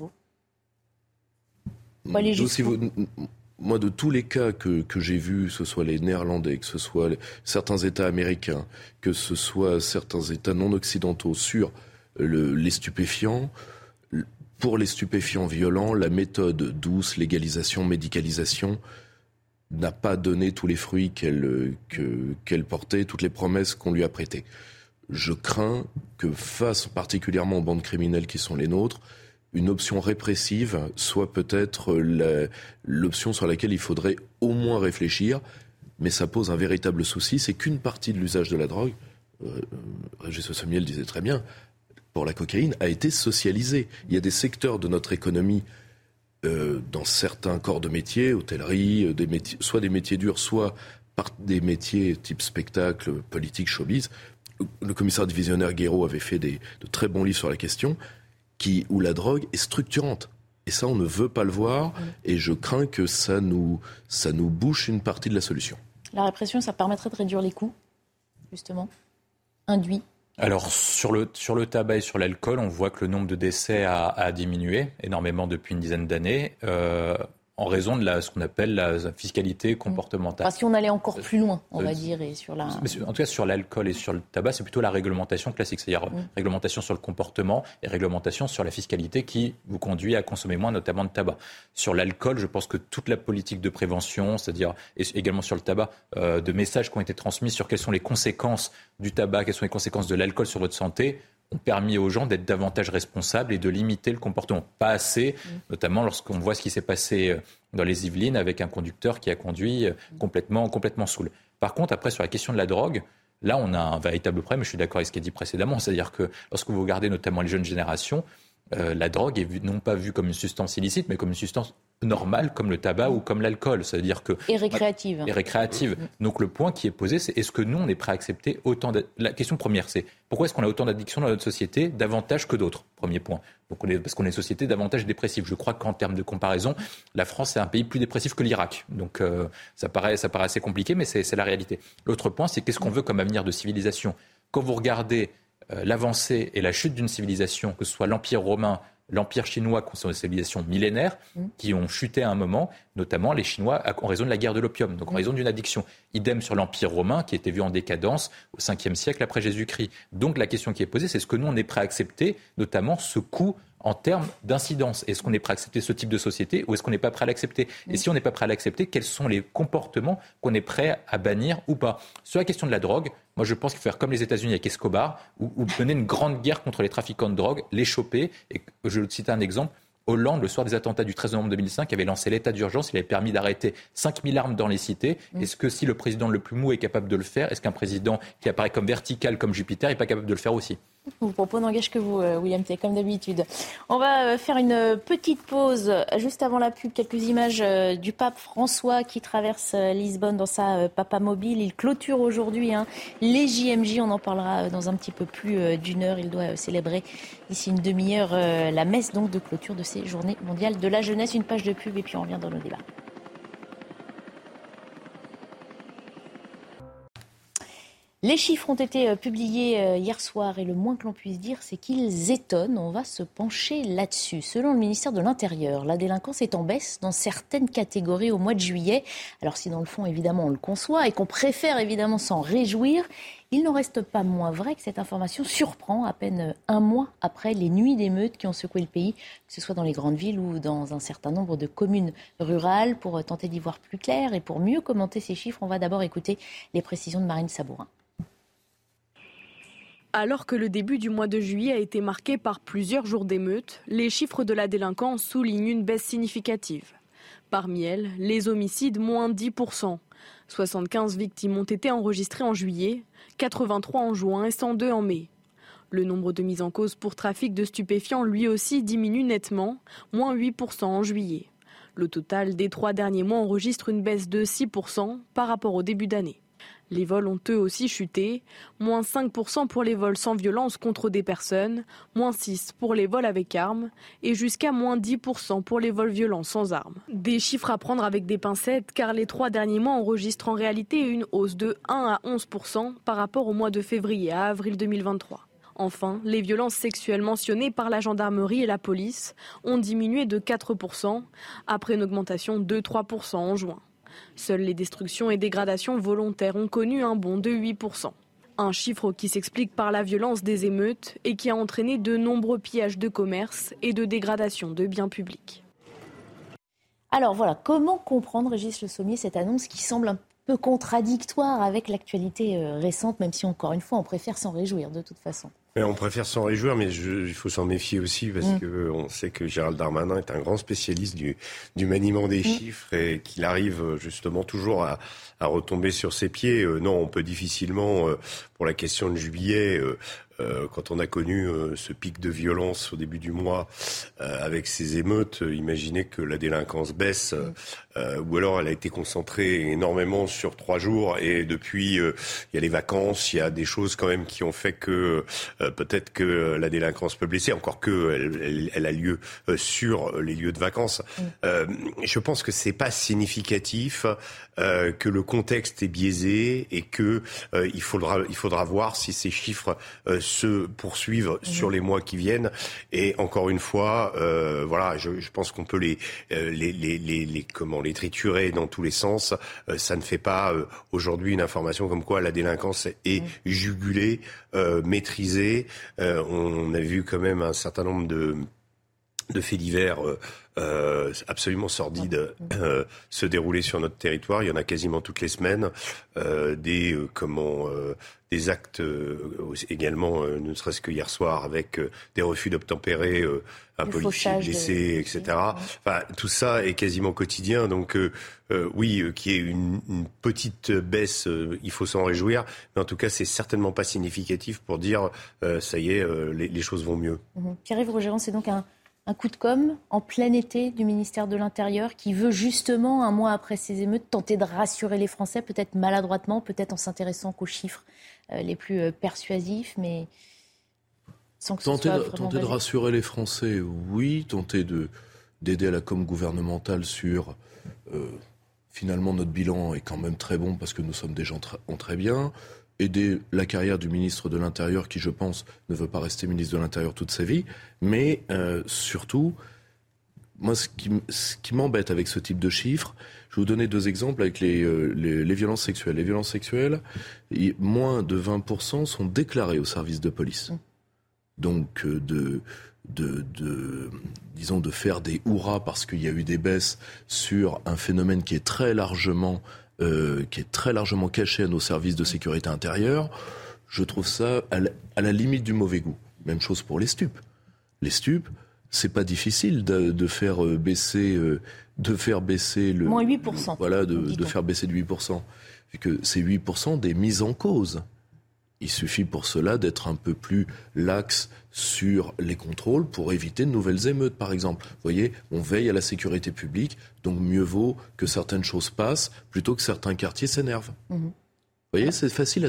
Moi, de tous les cas que j'ai vus, que ce soit les Néerlandais, que ce soit certains États américains, que ce soit certains États non occidentaux sur les stupéfiants, pour les stupéfiants violents, la méthode douce, légalisation, médicalisation, n'a pas donné tous les fruits qu'elle portait, toutes les promesses qu'on lui a prêtées. Je crains que face particulièrement aux bandes criminelles qui sont les nôtres, une option répressive soit peut-être l'option sur laquelle il faudrait au moins réfléchir, mais ça pose un véritable souci, c'est qu'une partie de l'usage de la drogue, Régis Sommier le disait très bien, pour la cocaïne, a été socialisée. Il y a des secteurs de notre économie, dans certains corps de métiers, hôtellerie, soit des métiers durs, soit des métiers type spectacle, politique, showbiz. Le commissaire divisionnaire Guéraud avait fait de très bons livres sur la question, où la drogue est structurante. Et ça, on ne veut pas le voir, et je crains que ça nous bouche une partie de la solution. La répression, ça permettrait de réduire les coûts, justement, induits. Alors, sur le tabac et sur l'alcool, on voit que le nombre de décès a diminué énormément depuis une dizaine d'années. en raison de ce qu'on appelle la fiscalité comportementale. Si on allait encore plus loin, on va dire, et sur la... En tout cas, sur l'alcool et sur le tabac, c'est plutôt la réglementation classique, c'est-à-dire réglementation sur le comportement et réglementation sur la fiscalité qui vous conduit à consommer moins, notamment de tabac. Sur l'alcool, je pense que toute la politique de prévention, c'est-à-dire et également sur le tabac, de messages qui ont été transmis sur quelles sont les conséquences du tabac, quelles sont les conséquences de l'alcool sur votre santé, ont permis aux gens d'être davantage responsables et de limiter le comportement. Pas assez, notamment lorsqu'on voit ce qui s'est passé dans les Yvelines avec un conducteur qui a conduit complètement saoul. Par contre, après, sur la question de la drogue, là, on a un véritable problème, je suis d'accord avec ce qui est dit précédemment, c'est-à-dire que lorsque vous regardez notamment les jeunes générations, la drogue est non pas vue comme une substance illicite, mais comme une substance normale, comme le tabac ou comme l'alcool. C'est-à-dire que... Et récréative. Et récréative. Donc le point qui est posé, c'est est-ce que nous, on est prêt à accepter autant... La question première, c'est pourquoi est-ce qu'on a autant d'addictions dans notre société, davantage que d'autres ? Premier point. Donc parce qu'on est une société davantage dépressive. Je crois qu'en termes de comparaison, la France est un pays plus dépressif que l'Irak. Donc ça paraît assez compliqué, mais c'est la réalité. L'autre point, c'est qu'est-ce qu'on veut comme avenir de civilisation ? Quand vous regardez l'avancée et la chute d'une civilisation, que ce soit l'Empire romain, l'Empire chinois, qui sont des civilisations millénaires, qui ont chuté à un moment, notamment les Chinois, en raison de la guerre de l'opium, donc en raison d'une addiction. Idem sur l'Empire romain, qui était vu en décadence au 5e siècle après Jésus-Christ. Donc la question qui est posée, c'est est-ce que nous, on est prêt à accepter, notamment ce coût en termes d'incidence. Est-ce qu'on est prêt à accepter ce type de société ou est-ce qu'on n'est pas prêt à l'accepter ? Et si on n'est pas prêt à l'accepter, quels sont les comportements qu'on est prêt à bannir ou pas ? Sur la question de la drogue, moi je pense qu'il faut faire comme les États-Unis avec Escobar, ou mener une grande guerre contre les trafiquants de drogue, les choper. Et je vais citer un exemple. Hollande, le soir des attentats du 13 novembre 2005, avait lancé l'état d'urgence. Il avait permis d'arrêter 5000 armes dans les cités. Est-ce que si le président le plus mou est capable de le faire, est-ce qu'un président qui apparaît comme vertical, comme Jupiter, n'est pas capable de le faire aussi ? Vos propos n'engagent que vous, William T, comme d'habitude. On va faire une petite pause juste avant la pub. Quelques images du pape François qui traverse Lisbonne dans sa papamobile. Il clôture aujourd'hui les JMJ. On en parlera dans un petit peu plus d'une heure. Il doit célébrer d'ici une demi-heure la messe donc de clôture de ces Journées mondiales de la jeunesse. Une page de pub et puis on revient dans nos débats. Les chiffres ont été publiés hier soir et le moins que l'on puisse dire, c'est qu'ils étonnent. On va se pencher là-dessus. Selon le ministère de l'Intérieur, la délinquance est en baisse dans certaines catégories au mois de juillet. Alors si dans le fond, évidemment, on le conçoit et qu'on préfère évidemment s'en réjouir, il n'en reste pas moins vrai que cette information surprend à peine un mois après les nuits d'émeutes qui ont secoué le pays, que ce soit dans les grandes villes ou dans un certain nombre de communes rurales. Pour tenter d'y voir plus clair et pour mieux commenter ces chiffres, on va d'abord écouter les précisions de Marine Sabourin. Alors que le début du mois de juillet a été marqué par plusieurs jours d'émeutes, les chiffres de la délinquance soulignent une baisse significative. Parmi elles, les homicides, moins 10%. 75 victimes ont été enregistrées en juillet, 83 en juin et 102 en mai. Le nombre de mises en cause pour trafic de stupéfiants, lui aussi, diminue nettement, moins 8% en juillet. Le total des 3 derniers mois enregistre une baisse de 6% par rapport au début d'année. Les vols ont eux aussi chuté, moins 5% pour les vols sans violence contre des personnes, moins 6% pour les vols avec armes et jusqu'à moins 10% pour les vols violents sans armes. Des chiffres à prendre avec des pincettes car les 3 derniers mois enregistrent en réalité une hausse de 1 à 11% par rapport au mois de février à avril 2023. Enfin, les violences sexuelles mentionnées par la gendarmerie et la police ont diminué de 4% après une augmentation de 3% en juin. Seules les destructions et dégradations volontaires ont connu un bond de 8%. Un chiffre qui s'explique par la violence des émeutes et qui a entraîné de nombreux pillages de commerce et de dégradation de biens publics. Alors voilà, comment comprendre, Régis Le Sommier, cette annonce qui semble un peu contradictoire avec l'actualité récente, même si encore une fois on préfère s'en réjouir de toute façon. On préfère s'en réjouir, mais il faut s'en méfier aussi parce que on sait que Gérald Darmanin est un grand spécialiste du maniement des chiffres et qu'il arrive justement toujours à retomber sur ses pieds. Non, on peut difficilement, pour la question de juillet, quand on a connu ce pic de violence au début du mois avec ces émeutes, imaginer que la délinquance baisse ou alors elle a été concentrée énormément sur 3 jours et depuis il y a les vacances, il y a des choses quand même qui ont fait que peut-être que la délinquance peut blesser, encore que elle a lieu sur les lieux de vacances. Je pense que c'est pas significatif, que le contexte est biaisé et que il faudra voir si ces chiffres se poursuivent sur les mois qui viennent. Et encore une fois, voilà, je pense qu'on peut les triturer dans tous les sens. Ça ne fait pas aujourd'hui une information comme quoi la délinquance est jugulée, maîtrisée. On a vu quand même un certain nombre de faits divers absolument sordides se dérouler sur notre territoire. Il y en a quasiment toutes les semaines. Des actes également, ne serait-ce que hier soir, avec des refus d'obtempérer, un policier blessé, etc. Enfin, tout ça est quasiment quotidien. Donc oui, qu'il y ait une petite baisse, il faut s'en réjouir. Mais en tout cas, c'est certainement pas significatif pour dire ça y est, les choses vont mieux. Pierre-Yves Rougéran, c'est donc un coup de com' en plein été du ministère de l'Intérieur qui veut justement, un mois après ces émeutes, tenter de rassurer les Français, peut-être maladroitement, peut-être en s'intéressant qu'aux chiffres les plus persuasifs, mais sans que ce soit vraiment Tenter de rassurer les Français, oui. Tenter d'aider à la com' gouvernementale sur... finalement, notre bilan est quand même très bon parce que nous sommes des gens très bien. Aider la carrière du ministre de l'Intérieur qui, je pense, ne veut pas rester ministre de l'Intérieur toute sa vie. Mais surtout, moi, ce qui m'embête avec ce type de chiffres, je vais vous donner 2 exemples avec les violences sexuelles. Les violences sexuelles, moins de 20% sont déclarées au service de police. Donc, disons, de faire des hurrahs parce qu'il y a eu des baisses sur un phénomène qui est très largement caché à nos services de sécurité intérieure, je trouve ça à la limite du mauvais goût. Même chose pour les stupes. Les stupes, c'est pas difficile de faire baisser le... Moins 8%. Voilà, de faire baisser de 8%. Vu que c'est 8% des mises en cause. Il suffit pour cela d'être un peu plus lax sur les contrôles pour éviter de nouvelles émeutes, par exemple. Vous voyez, on veille à la sécurité publique, donc mieux vaut que certaines choses passent plutôt que certains quartiers s'énervent. Vous voyez, c'est facile.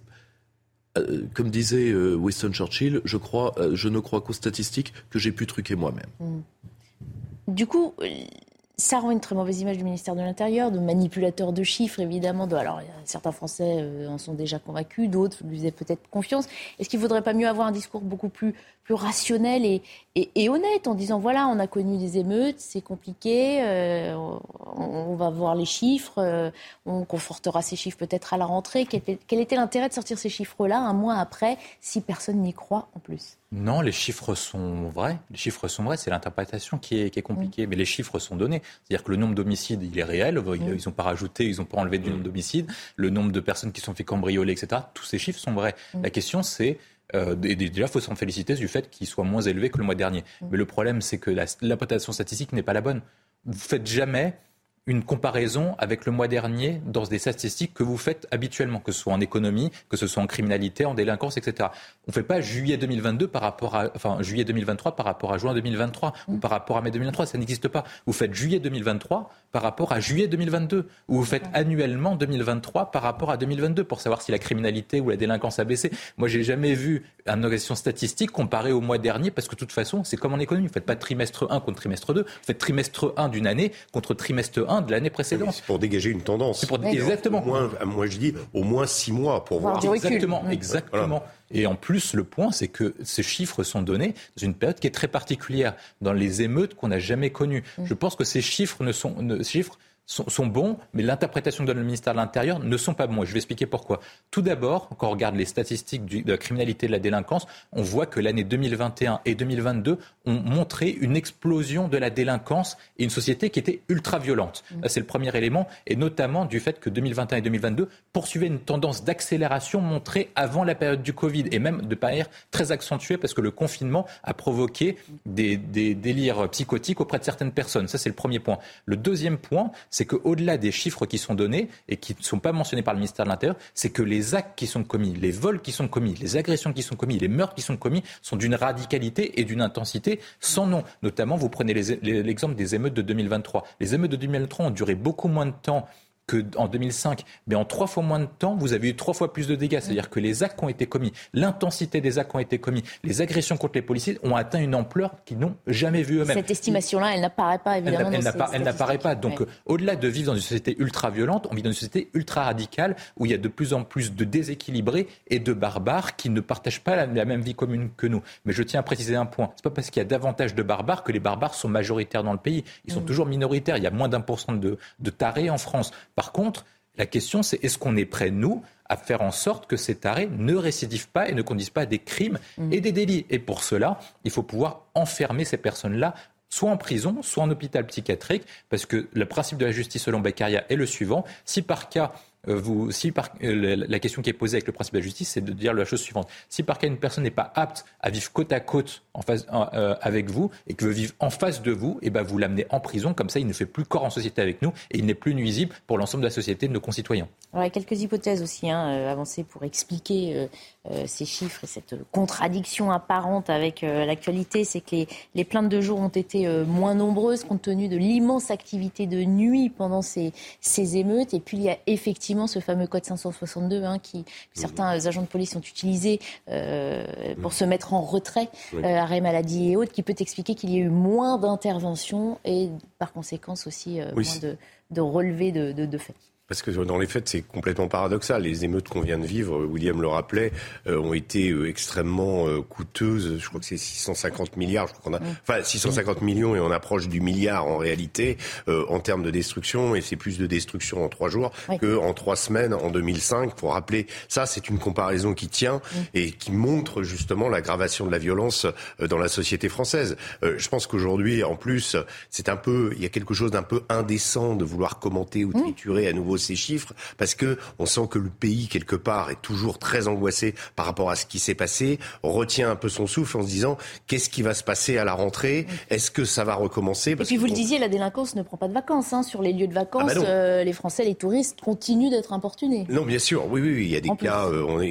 Comme disait Winston Churchill, je ne crois qu'aux statistiques que j'ai pu truquer moi-même. Du coup... ça rend une très mauvaise image du ministère de l'Intérieur, de manipulateur de chiffres, évidemment. Alors, certains Français en sont déjà convaincus, d'autres lui faisaient peut-être confiance. Est-ce qu'il ne faudrait pas mieux avoir un discours beaucoup plus rationnel et honnête, en disant, voilà, on a connu des émeutes, c'est compliqué, on va voir les chiffres, on confortera ces chiffres peut-être à la rentrée. Quel était l'intérêt de sortir ces chiffres-là un mois après, si personne n'y croit en plus ? Non, les chiffres sont vrais. C'est l'interprétation qui est compliquée. Mais les chiffres sont donnés. C'est-à-dire que le nombre d'homicides, il est réel. Ils n'ont pas rajouté, ils n'ont pas enlevé du nombre d'homicides. Le nombre de personnes qui sont fait cambrioler, etc. Tous ces chiffres sont vrais. La question, c'est... déjà, il faut s'en féliciter du fait qu'ils soient moins élevés que le mois dernier. Mais le problème, c'est que l'interprétation statistique n'est pas la bonne. Vous ne faites jamais une comparaison avec le mois dernier dans des statistiques que vous faites habituellement, que ce soit en économie, que ce soit en criminalité, en délinquance, etc. On ne fait pas juillet 2023 par rapport à juin 2023 ou par rapport à mai 2023, ça n'existe pas. Vous faites juillet 2023 par rapport à juillet 2022 ou vous faites annuellement 2023 par rapport à 2022 pour savoir si la criminalité ou la délinquance a baissé. Moi, j'ai jamais vu une organisation statistique comparée au mois dernier parce que de toute façon, c'est comme en économie. Vous ne faites pas trimestre 1 contre trimestre 2, vous faites trimestre 1 d'une année contre trimestre 1 de l'année précédente. C'est pour dégager une tendance. Exactement. Moi, je dis au moins 6 mois pour voir. Exactement. Voilà. Et en plus, le point, c'est que ces chiffres sont donnés dans une période qui est très particulière, dans les émeutes qu'on n'a jamais connues. Je pense que ces chiffres sont bons, mais l'interprétation que donne le ministère de l'Intérieur ne sont pas bons. Et je vais expliquer pourquoi. Tout d'abord, quand on regarde les statistiques de la criminalité et de la délinquance, on voit que l'année 2021 et 2022 ont montré une explosion de la délinquance et une société qui était ultra violente. Là, c'est le premier élément, et notamment du fait que 2021 et 2022 poursuivaient une tendance d'accélération montrée avant la période du Covid, et même de manière très accentuée, parce que le confinement a provoqué des délires psychotiques auprès de certaines personnes. Ça, c'est le premier point. Le deuxième point, c'est qu'au-delà des chiffres qui sont donnés et qui ne sont pas mentionnés par le ministère de l'Intérieur, c'est que les actes qui sont commis, les vols qui sont commis, les agressions qui sont commis, les meurtres qui sont commis sont d'une radicalité et d'une intensité sans nom. Notamment, vous prenez l'exemple des émeutes de 2023. Les émeutes de 2023 ont duré beaucoup moins de temps qu'en 2005, mais en 3 fois moins de temps, vous avez eu 3 fois plus de dégâts. C'est-à-dire que les actes qui ont été commis, l'intensité des actes qui ont été commis, les agressions contre les policiers ont atteint une ampleur qu'ils n'ont jamais vue eux-mêmes. Cette estimation-là, elle n'apparaît pas, évidemment. Elle n'apparaît pas. Donc, au-delà de vivre dans une société ultra-violente, on vit dans une société ultra-radicale où il y a de plus en plus de déséquilibrés et de barbares qui ne partagent pas la même vie commune que nous. Mais je tiens à préciser un point. C'est pas parce qu'il y a davantage de barbares que les barbares sont majoritaires dans le pays. Ils sont toujours minoritaires. Il y a moins d'1% de tarés en France. Par contre, la question, c'est est-ce qu'on est prêt, nous, à faire en sorte que ces tarés ne récidivent pas et ne conduisent pas à des crimes et des délits. Et pour cela, il faut pouvoir enfermer ces personnes-là soit en prison, soit en hôpital psychiatrique, parce que le principe de la justice selon Beccaria est le suivant. Si par cas, la question qui est posée avec le principe de la justice, c'est de dire la chose suivante. Si par cas une personne n'est pas apte à vivre côte à côte avec vous et que veut vivre en face de vous, et ben vous l'amenez en prison. Comme ça, il ne fait plus corps en société avec nous et il n'est plus nuisible pour l'ensemble de la société de nos concitoyens. Alors, il y a quelques hypothèses aussi avancées pour expliquer ces chiffres et cette contradiction apparente avec l'actualité. C'est que les plaintes de jour ont été moins nombreuses compte tenu de l'immense activité de nuit pendant ces émeutes. Et puis, il y a effectivement ce fameux code 562 que certains agents de police ont utilisé pour se mettre en retrait, arrêt maladie et autres, qui peut expliquer qu'il y a eu moins d'interventions et par conséquent aussi moins de relevés de faits. Parce que dans les faits, c'est complètement paradoxal. Les émeutes qu'on vient de vivre, William le rappelait, ont été extrêmement coûteuses. Je crois que c'est 650 milliards. Je crois qu'on a, enfin 650 millions et on approche du milliard en réalité en termes de destruction. Et c'est plus de destruction en 3 jours qu'en 3 semaines en 2005. Pour rappeler, ça c'est une comparaison qui tient et qui montre justement l'aggravation de la violence dans la société française. Je pense qu'aujourd'hui, en plus, il y a quelque chose d'un peu indécent de vouloir commenter ou triturer à nouveau ces chiffres, parce que on sent que le pays, quelque part, est toujours très angoissé par rapport à ce qui s'est passé, retient un peu son souffle en se disant qu'est-ce qui va se passer à la rentrée, est-ce que ça va recommencer? Parce et puis vous le disiez, la délinquance ne prend pas de vacances. Sur les lieux de vacances, les Français, les touristes continuent d'être importunés. Non, bien sûr, oui, il y a des cas,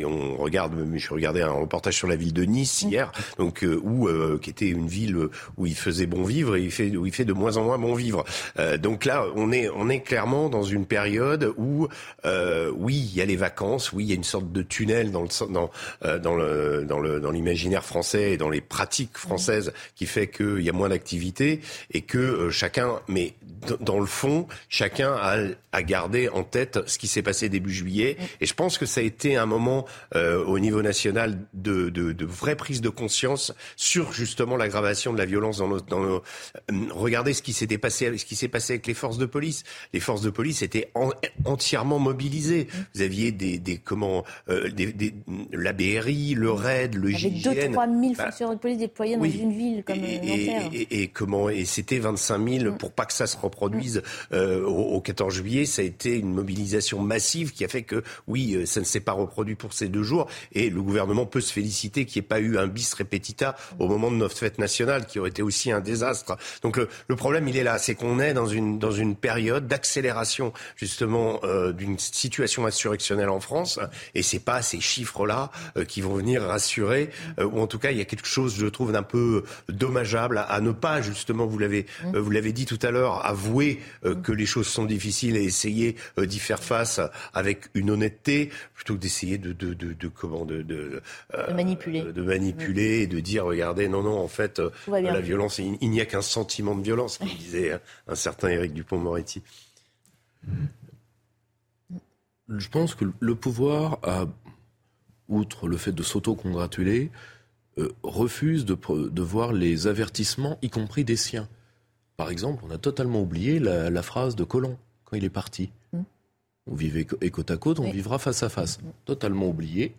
je regardais un reportage sur la ville de Nice hier, donc qui était une ville où il faisait bon vivre et où il fait de moins en moins bon vivre. Donc là, on est clairement dans une période où il y a les vacances, il y a une sorte de tunnel dans l'imaginaire français et dans les pratiques françaises qui fait qu'il y a moins d'activité et que chacun, mais dans le fond, chacun a gardé en tête ce qui s'est passé début juillet. Et je pense que ça a été un moment au niveau national de vraie prise de conscience sur justement l'aggravation de la violence dans nos... Regardez ce qui s'est passé avec les forces de police. Les forces de police étaient entièrement mobilisées. Vous aviez la BRI, le RAID, le GIGN. Avec 2-3 000 fonctionnaires de police déployés dans une ville comme Nanterre. Et c'était 25 000 pour pas que ça se reproduise au 14 juillet. Ça a été une mobilisation massive qui a fait que, ça ne s'est pas reproduit pour ces 2 jours. Et le gouvernement peut se féliciter qu'il n'y ait pas eu un bis repetita au moment de notre fête nationale, qui aurait été aussi un désastre. Donc le problème, il est là. C'est qu'on est dans une période d'accélération, justement, d'une situation insurrectionnelle en France. Et c'est pas ces chiffres-là qui vont venir rassurer. Ou en tout cas, il y a quelque chose, je trouve, d'un peu dommageable à ne pas, justement, vous l'avez dit tout à l'heure, avouer que les choses sont difficiles et essayer d'y faire face avec une honnêteté, plutôt que d'essayer de manipuler et de dire, regardez, non, en fait, la violence, il n'y a qu'un sentiment de violence, comme disait un certain Éric Dupond-Moretti. Je pense que le pouvoir, outre le fait de s'auto-congratuler, refuse de voir les avertissements, y compris des siens. Par exemple, on a totalement oublié la phrase de Collomb, quand il est parti. On vivait côte à côte, on vivra face à face. Totalement oublié.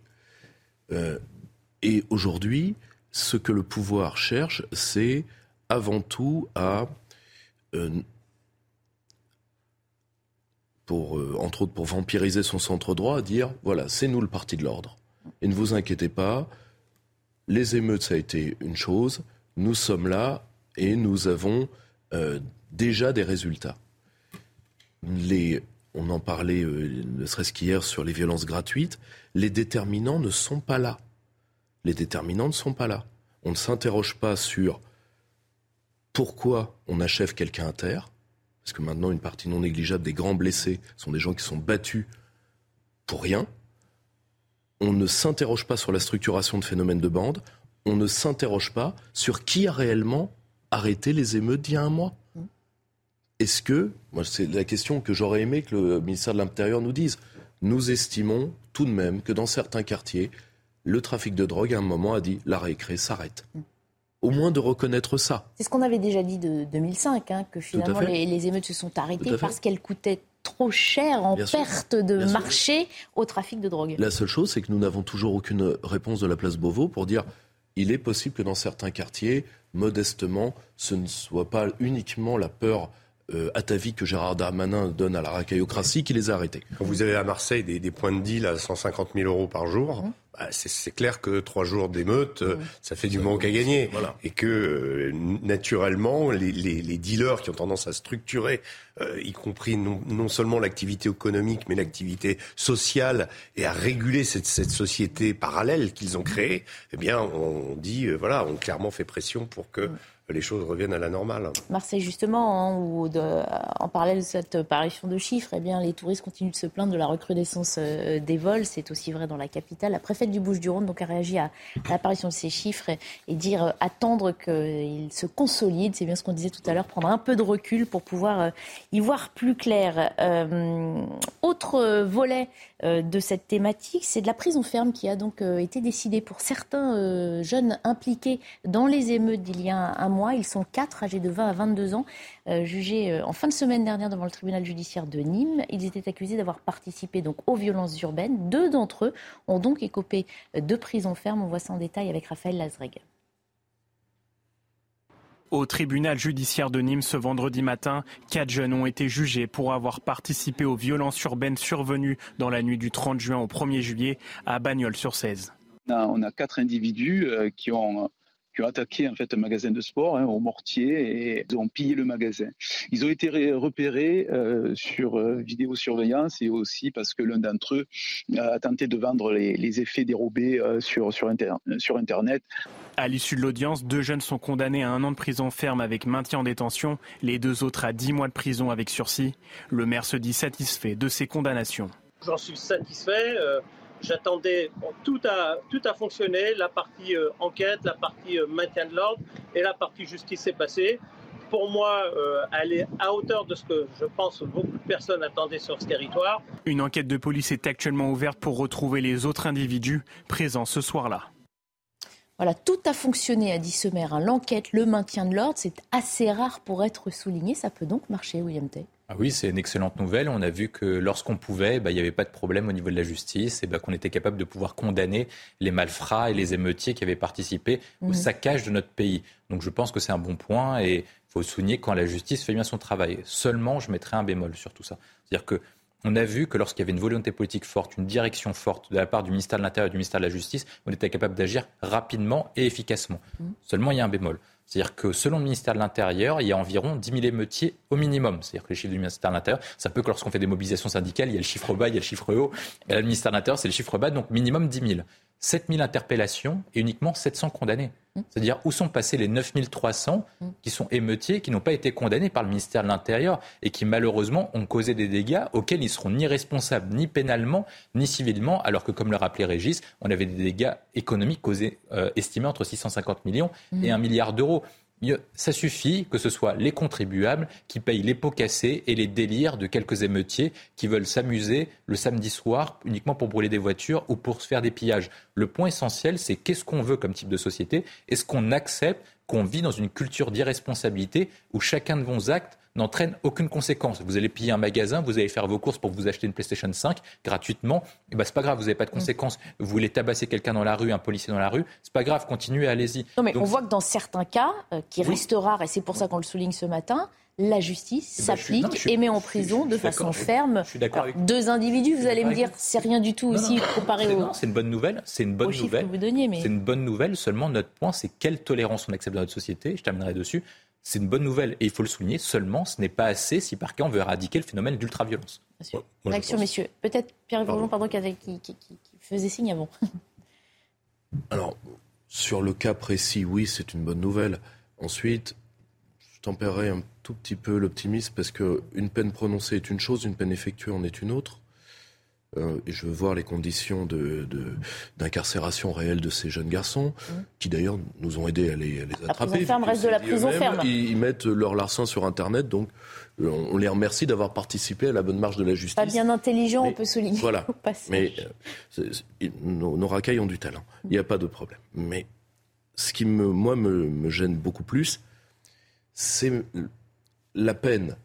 Et aujourd'hui, ce que le pouvoir cherche, c'est avant tout entre autres pour vampiriser son centre droit, à dire, voilà, c'est nous le parti de l'ordre. Et ne vous inquiétez pas, les émeutes, ça a été une chose, nous sommes là et nous avons déjà des résultats. On en parlait, ne serait-ce qu'hier, sur les violences gratuites, les déterminants ne sont pas là. On ne s'interroge pas sur pourquoi on achève quelqu'un à terre, parce que maintenant une partie non négligeable des grands blessés sont des gens qui sont battus pour rien. On ne s'interroge pas sur la structuration de phénomènes de bande. On ne s'interroge pas sur qui a réellement arrêté les émeutes d'il y a un mois. Est-ce que, moi c'est la question que j'aurais aimé que le ministère de l'Intérieur nous dise, nous estimons tout de même que dans certains quartiers, le trafic de drogue à un moment a dit la récré s'arrête. Au moins de reconnaître ça. C'est ce qu'on avait déjà dit de 2005, que finalement les émeutes se sont arrêtées parce qu'elles coûtaient trop cher en perte de marché au trafic de drogue. La seule chose, c'est que nous n'avons toujours aucune réponse de la place Beauvau pour dire il est possible que dans certains quartiers, modestement, ce ne soit pas uniquement la peur atavique que Gérard Darmanin donne à la racaillocratie qui les a arrêtés. Quand vous avez à Marseille des points de deal à 150 000 euros par jour, c'est clair que 3 jours d'émeute, ça fait du manque à gagner. Voilà. Et que, naturellement, les dealers qui ont tendance à structurer, y compris non seulement l'activité économique, mais l'activité sociale, et à réguler cette société parallèle qu'ils ont créée, eh bien, on dit, on clairement fait pression pour que les choses reviennent à la normale. Marseille, justement, où en parallèle de cette apparition de chiffres, eh bien, les touristes continuent de se plaindre de la recrudescence des vols. C'est aussi vrai dans la capitale. La préfète du Bouches-du-Rhône donc, a réagi à l'apparition de ces chiffres et dire attendre qu'ils se consolident. C'est bien ce qu'on disait tout à l'heure, prendre un peu de recul pour pouvoir y voir plus clair. Autre volet de cette thématique, c'est de la prison ferme qui a donc été décidée pour certains jeunes impliqués dans les émeutes d'il y a un mois. Ils sont 4, âgés de 20 à 22 ans, jugés en fin de semaine dernière devant le tribunal judiciaire de Nîmes. Ils étaient accusés d'avoir participé donc aux violences urbaines. 2 d'entre eux ont donc écopé de prison ferme. On voit ça en détail avec Raphaël Lazreg. Au tribunal judiciaire de Nîmes ce vendredi matin, 4 jeunes ont été jugés pour avoir participé aux violences urbaines survenues dans la nuit du 30 juin au 1er juillet à Bagnols-sur-Cèze. On a 4 individus qui ont attaqué en fait un magasin de sport au mortier et ils ont pillé le magasin. Ils ont été repérés sur vidéosurveillance et aussi parce que l'un d'entre eux a tenté de vendre les effets dérobés sur Internet. À l'issue de l'audience, 2 jeunes sont condamnés à 1 an de prison ferme avec maintien en détention, les 2 autres à 10 mois de prison avec sursis. Le maire se dit satisfait de ces condamnations. J'en suis satisfait. J'attendais, tout a fonctionné, la partie enquête, la partie maintien de l'ordre et la partie justice est passée. Pour moi, elle est à hauteur de ce que je pense beaucoup de personnes attendaient sur ce territoire. Une enquête de police est actuellement ouverte pour retrouver les autres individus présents ce soir-là. Voilà, tout a fonctionné, a dit ce maire. L'enquête, le maintien de l'ordre, c'est assez rare pour être souligné. Ça peut donc marcher, William Tay. Ah oui, c'est une excellente nouvelle. On a vu que lorsqu'on pouvait, il n'y avait pas de problème au niveau de la justice et qu'on était capable de pouvoir condamner les malfrats et les émeutiers qui avaient participé au saccage de notre pays. Donc je pense que c'est un bon point et il faut souligner quand la justice fait bien son travail. Seulement, je mettrai un bémol sur tout ça. C'est-à-dire qu'on a vu que lorsqu'il y avait une volonté politique forte, une direction forte de la part du ministère de l'Intérieur et du ministère de la Justice, on était capable d'agir rapidement et efficacement. Seulement, il y a un bémol. C'est-à-dire que selon le ministère de l'Intérieur, il y a environ 10 000 émeutiers au minimum. C'est-à-dire que les chiffres du ministère de l'Intérieur, c'est un peu que lorsqu'on fait des mobilisations syndicales, il y a le chiffre bas, il y a le chiffre haut. Et là, le ministère de l'Intérieur, c'est le chiffre bas, donc minimum 10 000. 7 000 interpellations et uniquement 700 condamnés. C'est-à-dire où sont passés les 9 300 qui sont émeutiers, qui n'ont pas été condamnés par le ministère de l'Intérieur et qui malheureusement ont causé des dégâts auxquels ils seront ni responsables, ni pénalement, ni civilement, alors que comme le rappelait Régis, on avait des dégâts économiques causés, estimés entre 650 millions et 1 milliard d'euros. Ça suffit que ce soit les contribuables qui payent les pots cassés et les délires de quelques émeutiers qui veulent s'amuser le samedi soir uniquement pour brûler des voitures ou pour se faire des pillages. Le point essentiel, c'est qu'est-ce qu'on veut comme type de société ? Est-ce qu'on accepte qu'on vit dans une culture d'irresponsabilité où chacun de vos actes n'entraîne aucune conséquence. Vous allez piller un magasin, vous allez faire vos courses pour vous acheter une PlayStation 5 gratuitement, et c'est pas grave, vous n'avez pas de conséquences. Vous voulez tabasser quelqu'un dans la rue, un policier dans la rue, c'est pas grave, continuez, allez-y. Non mais on voit que dans certains cas, qui restent rares, et c'est pour ça qu'on le souligne ce matin, la justice s'applique et met en prison de façon ferme 2 individus. Vous allez me dire, c'est rien du tout aussi comparé au... C'est une bonne nouvelle, c'est une bonne nouvelle. Que vous donniez, mais... C'est une bonne nouvelle, seulement notre point, c'est quelle tolérance on accepte dans notre société, je terminerai dessus. C'est une bonne nouvelle et il faut le souligner, seulement ce n'est pas assez si par cas on veut éradiquer le phénomène d'ultra-violence. Réaction, messieurs. Peut-être Pierre-Yves Rougeon, qui faisait signe avant. Alors, sur le cas précis, oui, c'est une bonne nouvelle. Ensuite, je tempérerai un tout petit peu l'optimisme parce qu'une peine prononcée est une chose, une peine effectuée en est une autre. Et je veux voir les conditions d'incarcération réelle de ces jeunes garçons, qui d'ailleurs nous ont aidés à les attraper. La prison ferme reste de la prison ferme. Ils mettent leur larcin sur Internet, donc on les remercie d'avoir participé à la bonne marche de la justice. Pas bien intelligent, on peut souligner. Voilà, mais nos racailles ont du talent, il n'y a pas de problème. Mais ce qui me gêne beaucoup plus, c'est la peine.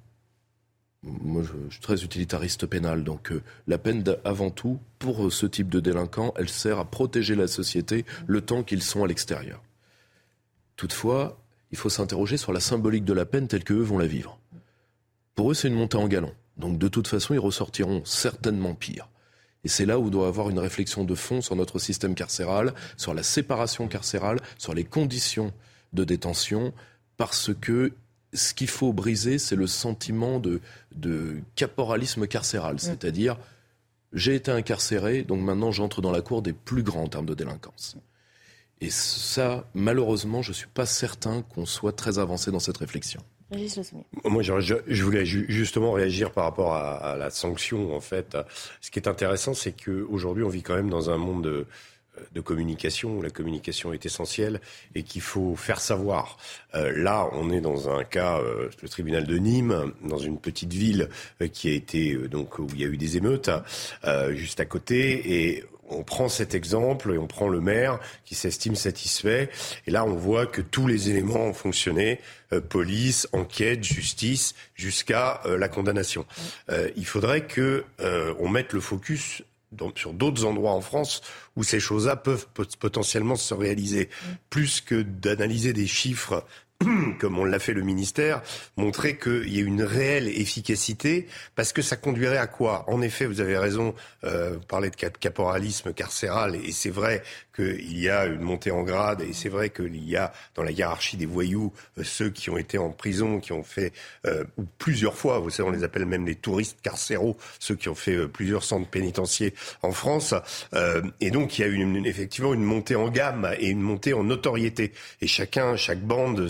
Moi, je suis très utilitariste pénal, donc la peine, avant tout, pour ce type de délinquants, elle sert à protéger la société le temps qu'ils sont à l'extérieur. Toutefois, il faut s'interroger sur la symbolique de la peine telle qu'eux vont la vivre. Pour eux, c'est une montée en galon. Donc, de toute façon, ils ressortiront certainement pire. Et c'est là où doit y avoir une réflexion de fond sur notre système carcéral, sur la séparation carcérale, sur les conditions de détention, parce que ce qu'il faut briser, c'est le sentiment de caporalisme carcéral. C'est-à-dire, j'ai été incarcéré, donc maintenant j'entre dans la cour des plus grands en termes de délinquance. Et ça, malheureusement, je ne suis pas certain qu'on soit très avancé dans cette réflexion. Moi, je voulais justement réagir par rapport à la sanction, en fait. Ce qui est intéressant, c'est qu'aujourd'hui, on vit quand même dans un monde de communication, où la communication est essentielle et qu'il faut faire savoir. Là, on est dans un cas, le tribunal de Nîmes, dans une petite ville qui a été donc où il y a eu des émeutes juste à côté, et on prend cet exemple et on prend le maire qui s'estime satisfait. Et là, on voit que tous les éléments ont fonctionné, police, enquête, justice, jusqu'à la condamnation. Il faudrait que on mette le focus sur d'autres endroits en France où ces choses-là peuvent potentiellement se réaliser. Plus que d'analyser des chiffres, comme on l'a fait le ministère, montrer qu'il y a une réelle efficacité, parce que ça conduirait à quoi ? En effet, vous avez raison, parler de caporalisme carcéral, et c'est vrai qu'il y a une montée en grade, et c'est vrai qu'il y a dans la hiérarchie des voyous ceux qui ont été en prison, qui ont fait ou plusieurs fois, vous savez, on les appelle même les touristes carcéraux, ceux qui ont fait plusieurs centres pénitentiaires en France, et donc il y a effectivement une montée en gamme et une montée en notoriété, et chaque bande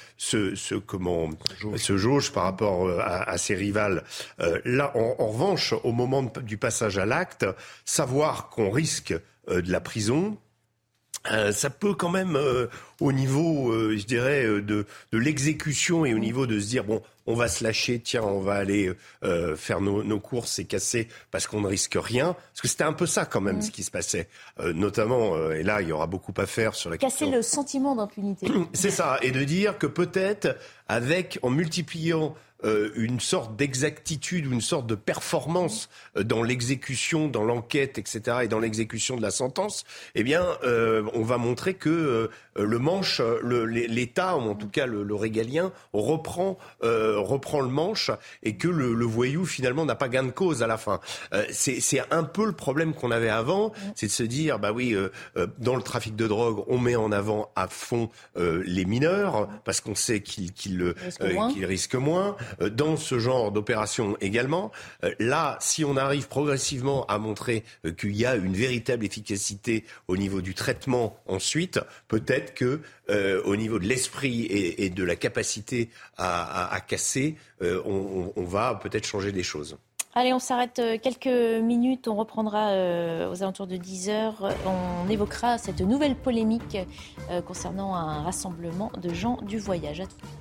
se jauge par rapport à ses rivales. Là, en revanche, au moment du passage à l'acte, savoir qu'on risque de la prison, ça peut quand même, au niveau, je dirais, de l'exécution et au niveau de se dire, bon, on va se lâcher, tiens, on va aller faire nos courses et casser parce qu'on ne risque rien. Parce que c'était un peu ça quand même ce qui se passait. Notamment, et là, il y aura beaucoup à faire sur la question. Casser le sentiment d'impunité. C'est ça, et de dire que peut-être, en multipliant une sorte d'exactitude ou une sorte de performance dans l'exécution, dans l'enquête, etc., et dans l'exécution de la sentence, eh bien, on va montrer que le manche, l'État, ou en tout cas le régalien, reprend le manche, et que le voyou, finalement, n'a pas gain de cause à la fin. C'est un peu le problème qu'on avait avant, c'est de se dire, bah oui, dans le trafic de drogue, on met en avant à fond les mineurs, parce qu'on sait qu'ils risquent moins. Dans ce genre d'opération également. Là, si on arrive progressivement à montrer qu'il y a une véritable efficacité au niveau du traitement ensuite, peut-être que au niveau de l'esprit et de la capacité à casser, on va peut-être changer des choses. Allez, on s'arrête quelques minutes, on reprendra aux alentours de 10h. On évoquera cette nouvelle polémique concernant un rassemblement de gens du voyage. À tout de suite.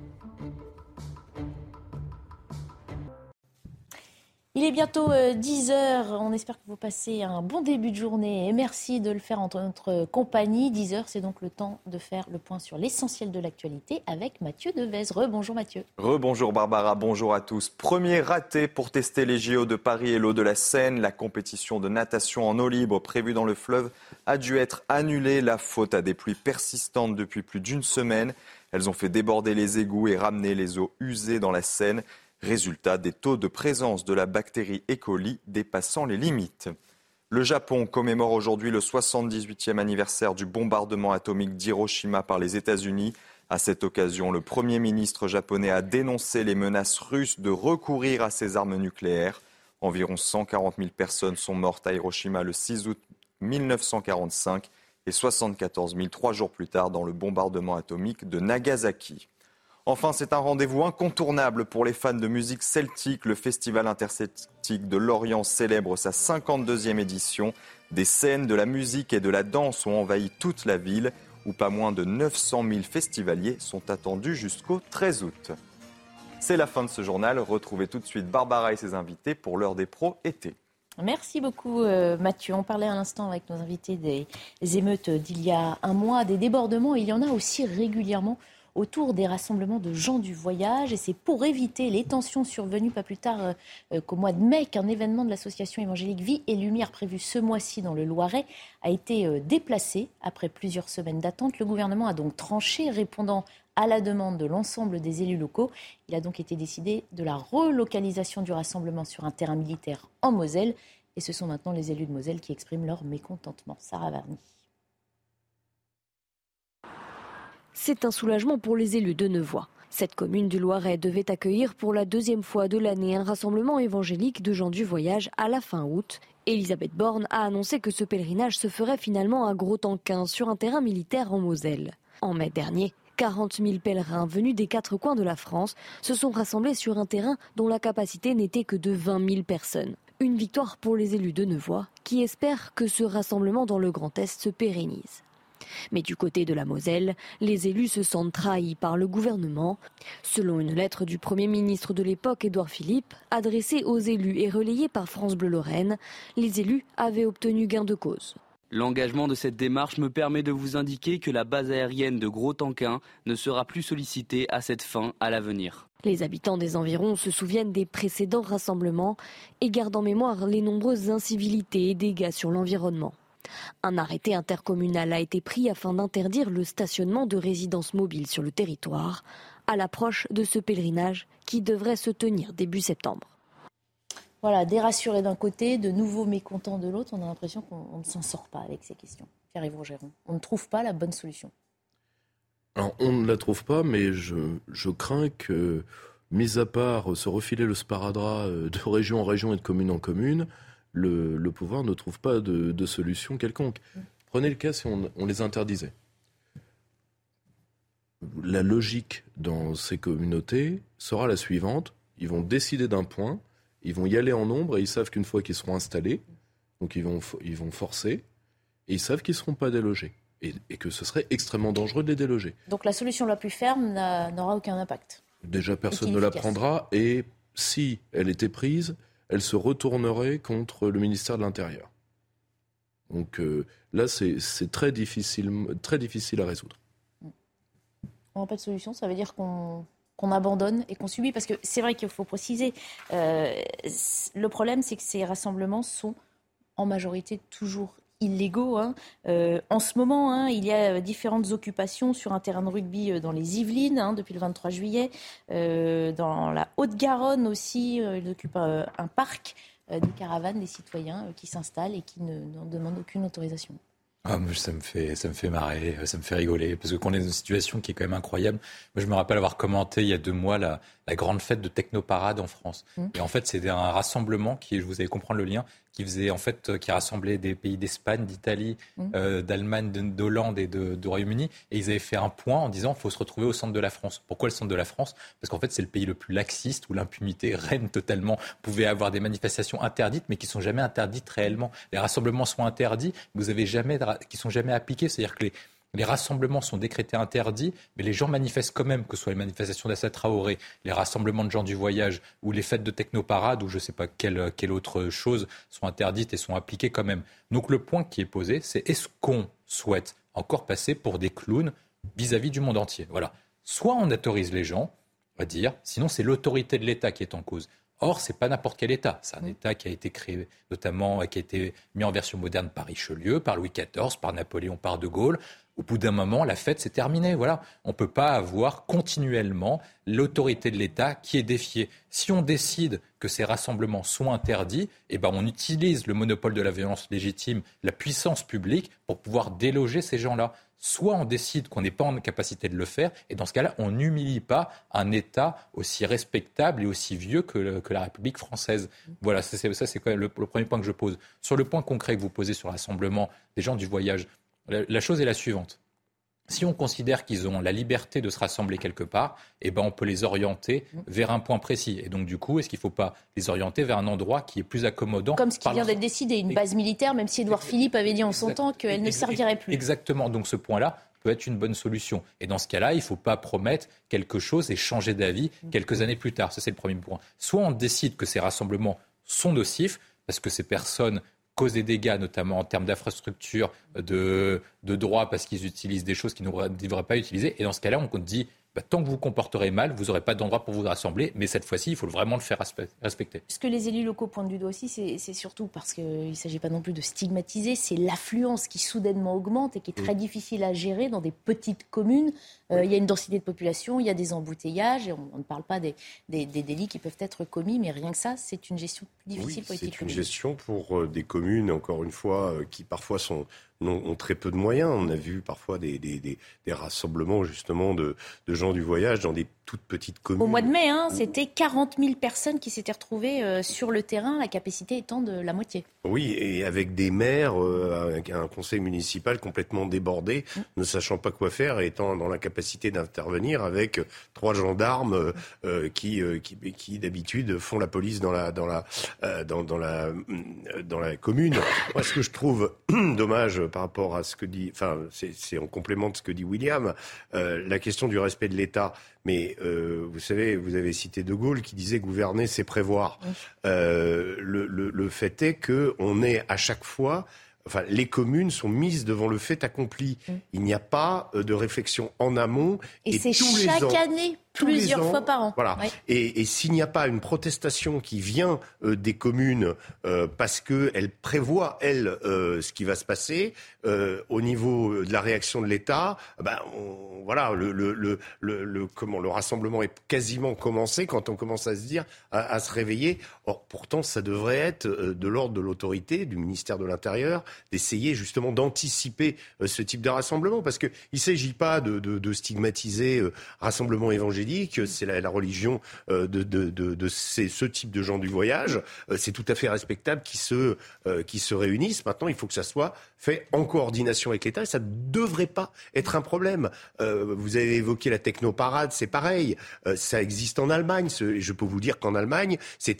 Il est bientôt 10h, on espère que vous passez un bon début de journée et merci de le faire en notre compagnie. 10h, c'est donc le temps de faire le point sur l'essentiel de l'actualité avec Mathieu Devez. Rebonjour Mathieu. Rebonjour Barbara, bonjour à tous. Premier raté pour tester les JO de Paris et l'eau de la Seine. La compétition de natation en eau libre prévue dans le fleuve a dû être annulée. La faute à des pluies persistantes depuis plus d'une semaine. Elles ont fait déborder les égouts et ramener les eaux usées dans la Seine. Résultat, des taux de présence de la bactérie E. coli dépassant les limites. Le Japon commémore aujourd'hui le 78e anniversaire du bombardement atomique d'Hiroshima par les États-Unis. À cette occasion, le Premier ministre japonais a dénoncé les menaces russes de recourir à ces armes nucléaires. Environ 140 000 personnes sont mortes à Hiroshima le 6 août 1945 et 74 000 3 jours plus tard dans le bombardement atomique de Nagasaki. Enfin, c'est un rendez-vous incontournable pour les fans de musique celtique. Le Festival interceltique de Lorient célèbre sa 52e édition. Des scènes de la musique et de la danse ont envahi toute la ville, où pas moins de 900 000 festivaliers sont attendus jusqu'au 13 août. C'est la fin de ce journal. Retrouvez tout de suite Barbara et ses invités pour l'heure des pros été. Merci beaucoup Mathieu. On parlait à l'instant avec nos invités des émeutes d'il y a un mois, des débordements. Il y en a aussi régulièrement autour des rassemblements de gens du voyage. Et c'est pour éviter les tensions survenues pas plus tard qu'au mois de mai qu'un événement de l'association évangélique Vie et Lumière prévu ce mois-ci dans le Loiret a été déplacé après plusieurs semaines d'attente. Le gouvernement a donc tranché, répondant à la demande de l'ensemble des élus locaux. Il a donc été décidé de la relocalisation du rassemblement sur un terrain militaire en Moselle. Et ce sont maintenant les élus de Moselle qui expriment leur mécontentement. Sarah Varny. C'est un soulagement pour les élus de Nevoy. Cette commune du Loiret devait accueillir pour la deuxième fois de l'année un rassemblement évangélique de gens du voyage à la fin août. Elisabeth Borne a annoncé que ce pèlerinage se ferait finalement à Gros-Tanquin sur un terrain militaire en Moselle. En mai dernier, 40 000 pèlerins venus des 4 coins de la France se sont rassemblés sur un terrain dont la capacité n'était que de 20 000 personnes. Une victoire pour les élus de Nevoy qui espèrent que ce rassemblement dans le Grand Est se pérennise. Mais du côté de la Moselle, les élus se sentent trahis par le gouvernement. Selon une lettre du Premier ministre de l'époque, Édouard Philippe, adressée aux élus et relayée par France Bleu Lorraine, les élus avaient obtenu gain de cause. L'engagement de cette démarche me permet de vous indiquer que la base aérienne de Gros-Tanquin ne sera plus sollicitée à cette fin à l'avenir. Les habitants des environs se souviennent des précédents rassemblements et gardent en mémoire les nombreuses incivilités et dégâts sur l'environnement. Un arrêté intercommunal a été pris afin d'interdire le stationnement de résidences mobiles sur le territoire à l'approche de ce pèlerinage qui devrait se tenir début septembre. Voilà, dérassurés d'un côté, de nouveaux mécontents de l'autre. On a l'impression qu'on ne s'en sort pas avec ces questions. Pierre-Yves Rougeron, on ne trouve pas la bonne solution. Alors, on ne la trouve pas, mais je crains que, mis à part se refiler le sparadrap de région en région et de commune en commune, le pouvoir ne trouve pas de solution quelconque. Prenez le cas si on les interdisait. La logique dans ces communautés sera la suivante. Ils vont décider d'un point, ils vont y aller en nombre et ils savent qu'une fois qu'ils seront installés, donc ils vont forcer, et ils savent qu'ils ne seront pas délogés. Et que ce serait extrêmement dangereux de les déloger. Donc la solution la plus ferme n'aura aucun impact. Déjà, personne ne la prendra, et si elle était prise, elle se retournerait contre le ministère de l'Intérieur. Donc là, c'est très difficile à résoudre. On n'a pas de solution, ça veut dire qu'on abandonne et qu'on subit. Parce que c'est vrai qu'il faut préciser, le problème, c'est que ces rassemblements sont en majorité toujours illégaux. En ce moment, il y a différentes occupations sur un terrain de rugby dans les Yvelines depuis le 23 juillet. Dans la Haute-Garonne aussi, ils occupent un parc, des caravanes des citoyens qui s'installent et qui n'en demandent aucune autorisation. Moi, ça me fait marrer, ça me fait rigoler, parce que qu'on est dans une situation qui est quand même incroyable. Moi, je me rappelle avoir commenté il y a 2 mois la grande fête de Technoparade en France. Et en fait, c'était un rassemblement qui, vous allez comprendre le lien, qui rassemblait des pays d'Espagne, d'Italie, d'Allemagne, d'Hollande et de Royaume-Uni. Et ils avaient fait un point en disant qu'il faut se retrouver au centre de la France. Pourquoi le centre de la France ? Parce qu'en fait, c'est le pays le plus laxiste où l'impunité règne totalement. Vous pouvez avoir des manifestations interdites, mais qui ne sont jamais interdites réellement. Les rassemblements sont interdits, qui ne sont jamais appliqués. C'est-à-dire que les rassemblements sont décrétés interdits, mais les gens manifestent quand même, que ce soit les manifestations d'Assa Traoré, les rassemblements de gens du voyage ou les fêtes de technoparade ou je ne sais pas quelle autre chose sont interdites et sont appliquées quand même. Donc le point qui est posé, c'est est-ce qu'on souhaite encore passer pour des clowns vis-à-vis du monde entier ? Voilà. Soit on autorise les gens à dire, sinon c'est l'autorité de l'État qui est en cause. Or, ce n'est pas n'importe quel État. C'est un État qui a été créé, notamment, qui a été mis en version moderne par Richelieu, par Louis XIV, par Napoléon, par De Gaulle. Au bout d'un moment, la fête, c'est terminé. Voilà. On ne peut pas avoir continuellement l'autorité de l'État qui est défiée. Si on décide que ces rassemblements sont interdits, on utilise le monopole de la violence légitime, la puissance publique, pour pouvoir déloger ces gens-là. Soit on décide qu'on n'est pas en capacité de le faire, et dans ce cas-là, on n'humilie pas un État aussi respectable et aussi vieux que la République française. Voilà, ça c'est quand même le premier point que je pose. Sur le point concret que vous posez sur le rassemblement des gens du voyage, la chose est la suivante. Si on considère qu'ils ont la liberté de se rassembler quelque part, on peut les orienter vers un point précis. Et donc, du coup, est-ce qu'il ne faut pas les orienter vers un endroit qui est plus accommodant? Comme ce qui vient d'être décidé, une base militaire, même si Édouard Philippe avait dit en son temps qu'elle ne servirait plus. Exactement. Donc, ce point-là peut être une bonne solution. Et dans ce cas-là, il ne faut pas promettre quelque chose et changer d'avis quelques années plus tard. Ça, c'est le premier point. Soit on décide que ces rassemblements sont nocifs, parce que ces personnes causent des dégâts, notamment en termes d'infrastructures, de droits, parce qu'ils utilisent des choses qu'ils ne devraient pas utiliser. Et dans ce cas-là, on dit, tant que vous vous comporterez mal, vous n'aurez pas d'endroit pour vous rassembler. Mais cette fois-ci, il faut vraiment le faire respecter. Ce que les élus locaux pointent du doigt aussi, c'est surtout parce qu'il ne s'agit pas non plus de stigmatiser, c'est l'affluence qui soudainement augmente et qui est très difficile à gérer dans des petites communes. Il y a une densité de population, il y a des embouteillages, et on ne parle pas des délits qui peuvent être commis, mais rien que ça, c'est une gestion plus difficile pour les petites communes. C'est une gestion pour des communes, encore une fois, qui parfois ont très peu de moyens. On a vu parfois des rassemblements justement de gens du voyage dans des toutes petites communes. Au mois de mai, c'était 40 000 personnes qui s'étaient retrouvées sur le terrain, la capacité étant de la moitié. Oui, et avec des maires, avec un conseil municipal complètement débordé, ne sachant pas quoi faire et étant dans l'incapacité d'intervenir avec 3 gendarmes qui d'habitude font la police dans la commune. Moi, ce que je trouve dommage par rapport à ce que dit, c'est en complément de ce que dit William, la question du respect de l'État. Mais vous savez, vous avez cité De Gaulle qui disait gouverner, c'est prévoir. Le fait est qu'on est à chaque fois, les communes sont mises devant le fait accompli. Il n'y a pas de réflexion en amont. Et c'est chaque année, plusieurs fois par an. Voilà. Ouais. Et s'il n'y a pas une protestation qui vient des communes parce qu'elle prévoit, ce qui va se passer au niveau de la réaction de l'État, le rassemblement est quasiment commencé quand on commence à se dire, à se réveiller. Or, pourtant, ça devrait être de l'ordre de l'autorité, du ministère de l'Intérieur, d'essayer justement d'anticiper ce type de rassemblement. Parce qu'il ne s'agit pas de stigmatiser rassemblement évangélique. C'est la religion de ce type de gens du voyage. C'est tout à fait respectable qu'ils se réunissent. Maintenant, il faut que ça soit fait en coordination avec l'État et ça ne devrait pas être un problème. Vous avez évoqué la technoparade, c'est pareil. Ça existe en Allemagne. Je peux vous dire qu'en Allemagne, c'est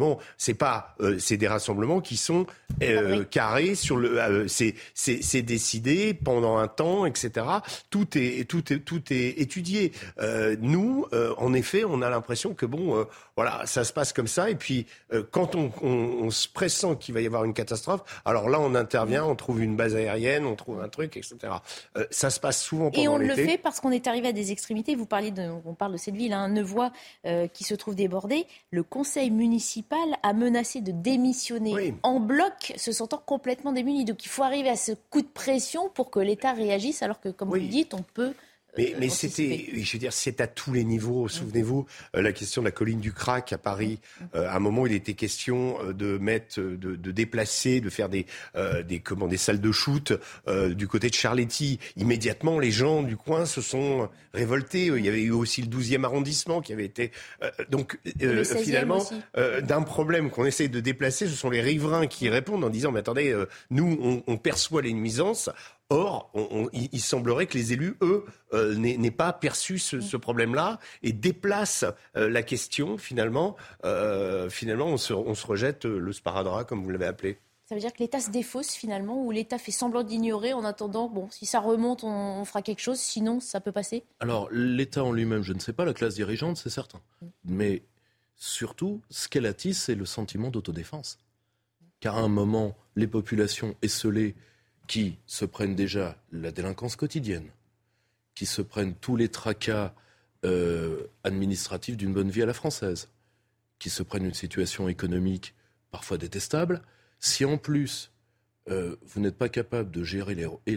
des rassemblements qui sont carrés sur c'est décidé pendant un temps, etc. Tout est étudié. Nous, en effet, on a l'impression que ça se passe comme ça. Et puis, quand on se pressent qu'il va y avoir une catastrophe, alors là, on intervient, on trouve une base aérienne, on trouve un truc, etc. Ça se passe souvent pendant l'été. Et on le fait parce qu'on est arrivé à des extrémités. On parle de cette ville, Nevoy, qui se trouve débordée. Le conseil municipal a menacé de démissionner en bloc, se sentant complètement démuni. Donc, il faut arriver à ce coup de pression pour que l'État réagisse, alors que, comme vous le dites, on peut... Mais c'est à tous les niveaux. Souvenez-vous, la question de la colline du Crac à Paris. À un moment, il était question de déplacer, de faire des salles de shoot du côté de Charletti. Immédiatement, les gens du coin se sont révoltés. Il y avait eu aussi le 12e arrondissement qui avait été... finalement, d'un problème qu'on essaye de déplacer, ce sont les riverains qui répondent en disant « Mais attendez, nous, on perçoit les nuisances ». Or, il semblerait que les élus, eux, n'aient pas perçu ce problème-là et déplacent la question, finalement. On se rejette le sparadrap, comme vous l'avez appelé. Ça veut dire que l'État se défausse, finalement, ou l'État fait semblant d'ignorer en attendant, si ça remonte, on fera quelque chose, sinon ça peut passer? Alors, l'État en lui-même, je ne sais pas, la classe dirigeante, c'est certain. Mais surtout, ce qu'elle attise, c'est le sentiment d'autodéfense. Car à un moment, les populations esseulées qui se prennent déjà la délinquance quotidienne, qui se prennent tous les tracas administratifs d'une bonne vie à la française, qui se prennent une situation économique parfois détestable, si en plus vous n'êtes pas capable de gérer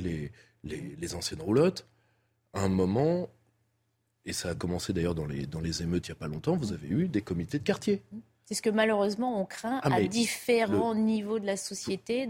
les anciennes roulottes, à un moment, et ça a commencé d'ailleurs dans les émeutes il n'y a pas longtemps, vous avez eu des comités de quartier. C'est ce que malheureusement on craint à différents niveaux de la société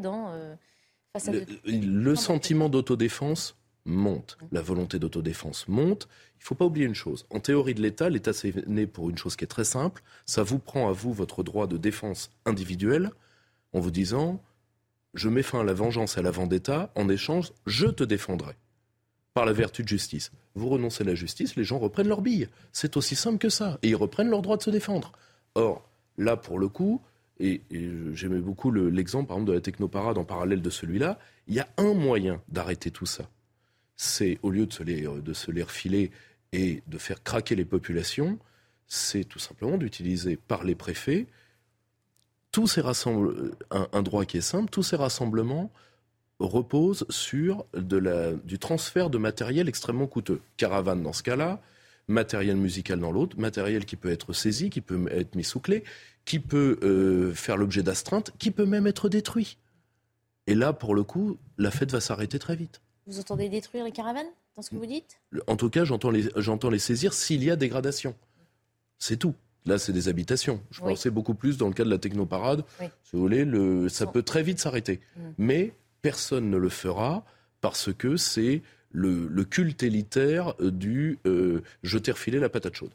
Le sentiment d'autodéfense monte, la volonté d'autodéfense monte. Il ne faut pas oublier une chose. En théorie de l'État c'est né pour une chose qui est très simple. Ça vous prend à vous votre droit de défense individuelle en vous disant « je mets fin à la vengeance et à la vendetta, en échange, je te défendrai ». par la vertu de justice. Vous renoncez à la justice, les gens reprennent leurs billes. C'est aussi simple que ça. Et ils reprennent leur droit de se défendre. Or, là, pour le coup, et j'aimais beaucoup l'exemple, par exemple, de la technoparade en parallèle de celui-là, il y a un moyen d'arrêter tout ça. C'est, au lieu de se les refiler et de faire craquer les populations, c'est tout simplement d'utiliser par les préfets tous ces un droit qui est simple, tous ces rassemblements reposent sur du transfert de matériel extrêmement coûteux. Caravane dans ce cas-là, matériel musical dans l'autre, matériel qui peut être saisi, qui peut être mis sous clé, qui peut faire l'objet d'astreintes, qui peut même être détruit. Et là, pour le coup, la fête va s'arrêter très vite. Vous entendez détruire les caravanes dans ce que vous dites ? En tout cas, j'entends les saisir s'il y a dégradation. C'est tout. Là, c'est des habitations. Je pensais beaucoup plus dans le cas de la technoparade. Oui. Si vous voulez, ça peut très vite s'arrêter. Mais personne ne le fera parce que c'est le culte élitaire du je t'ai refilé la patate chaude.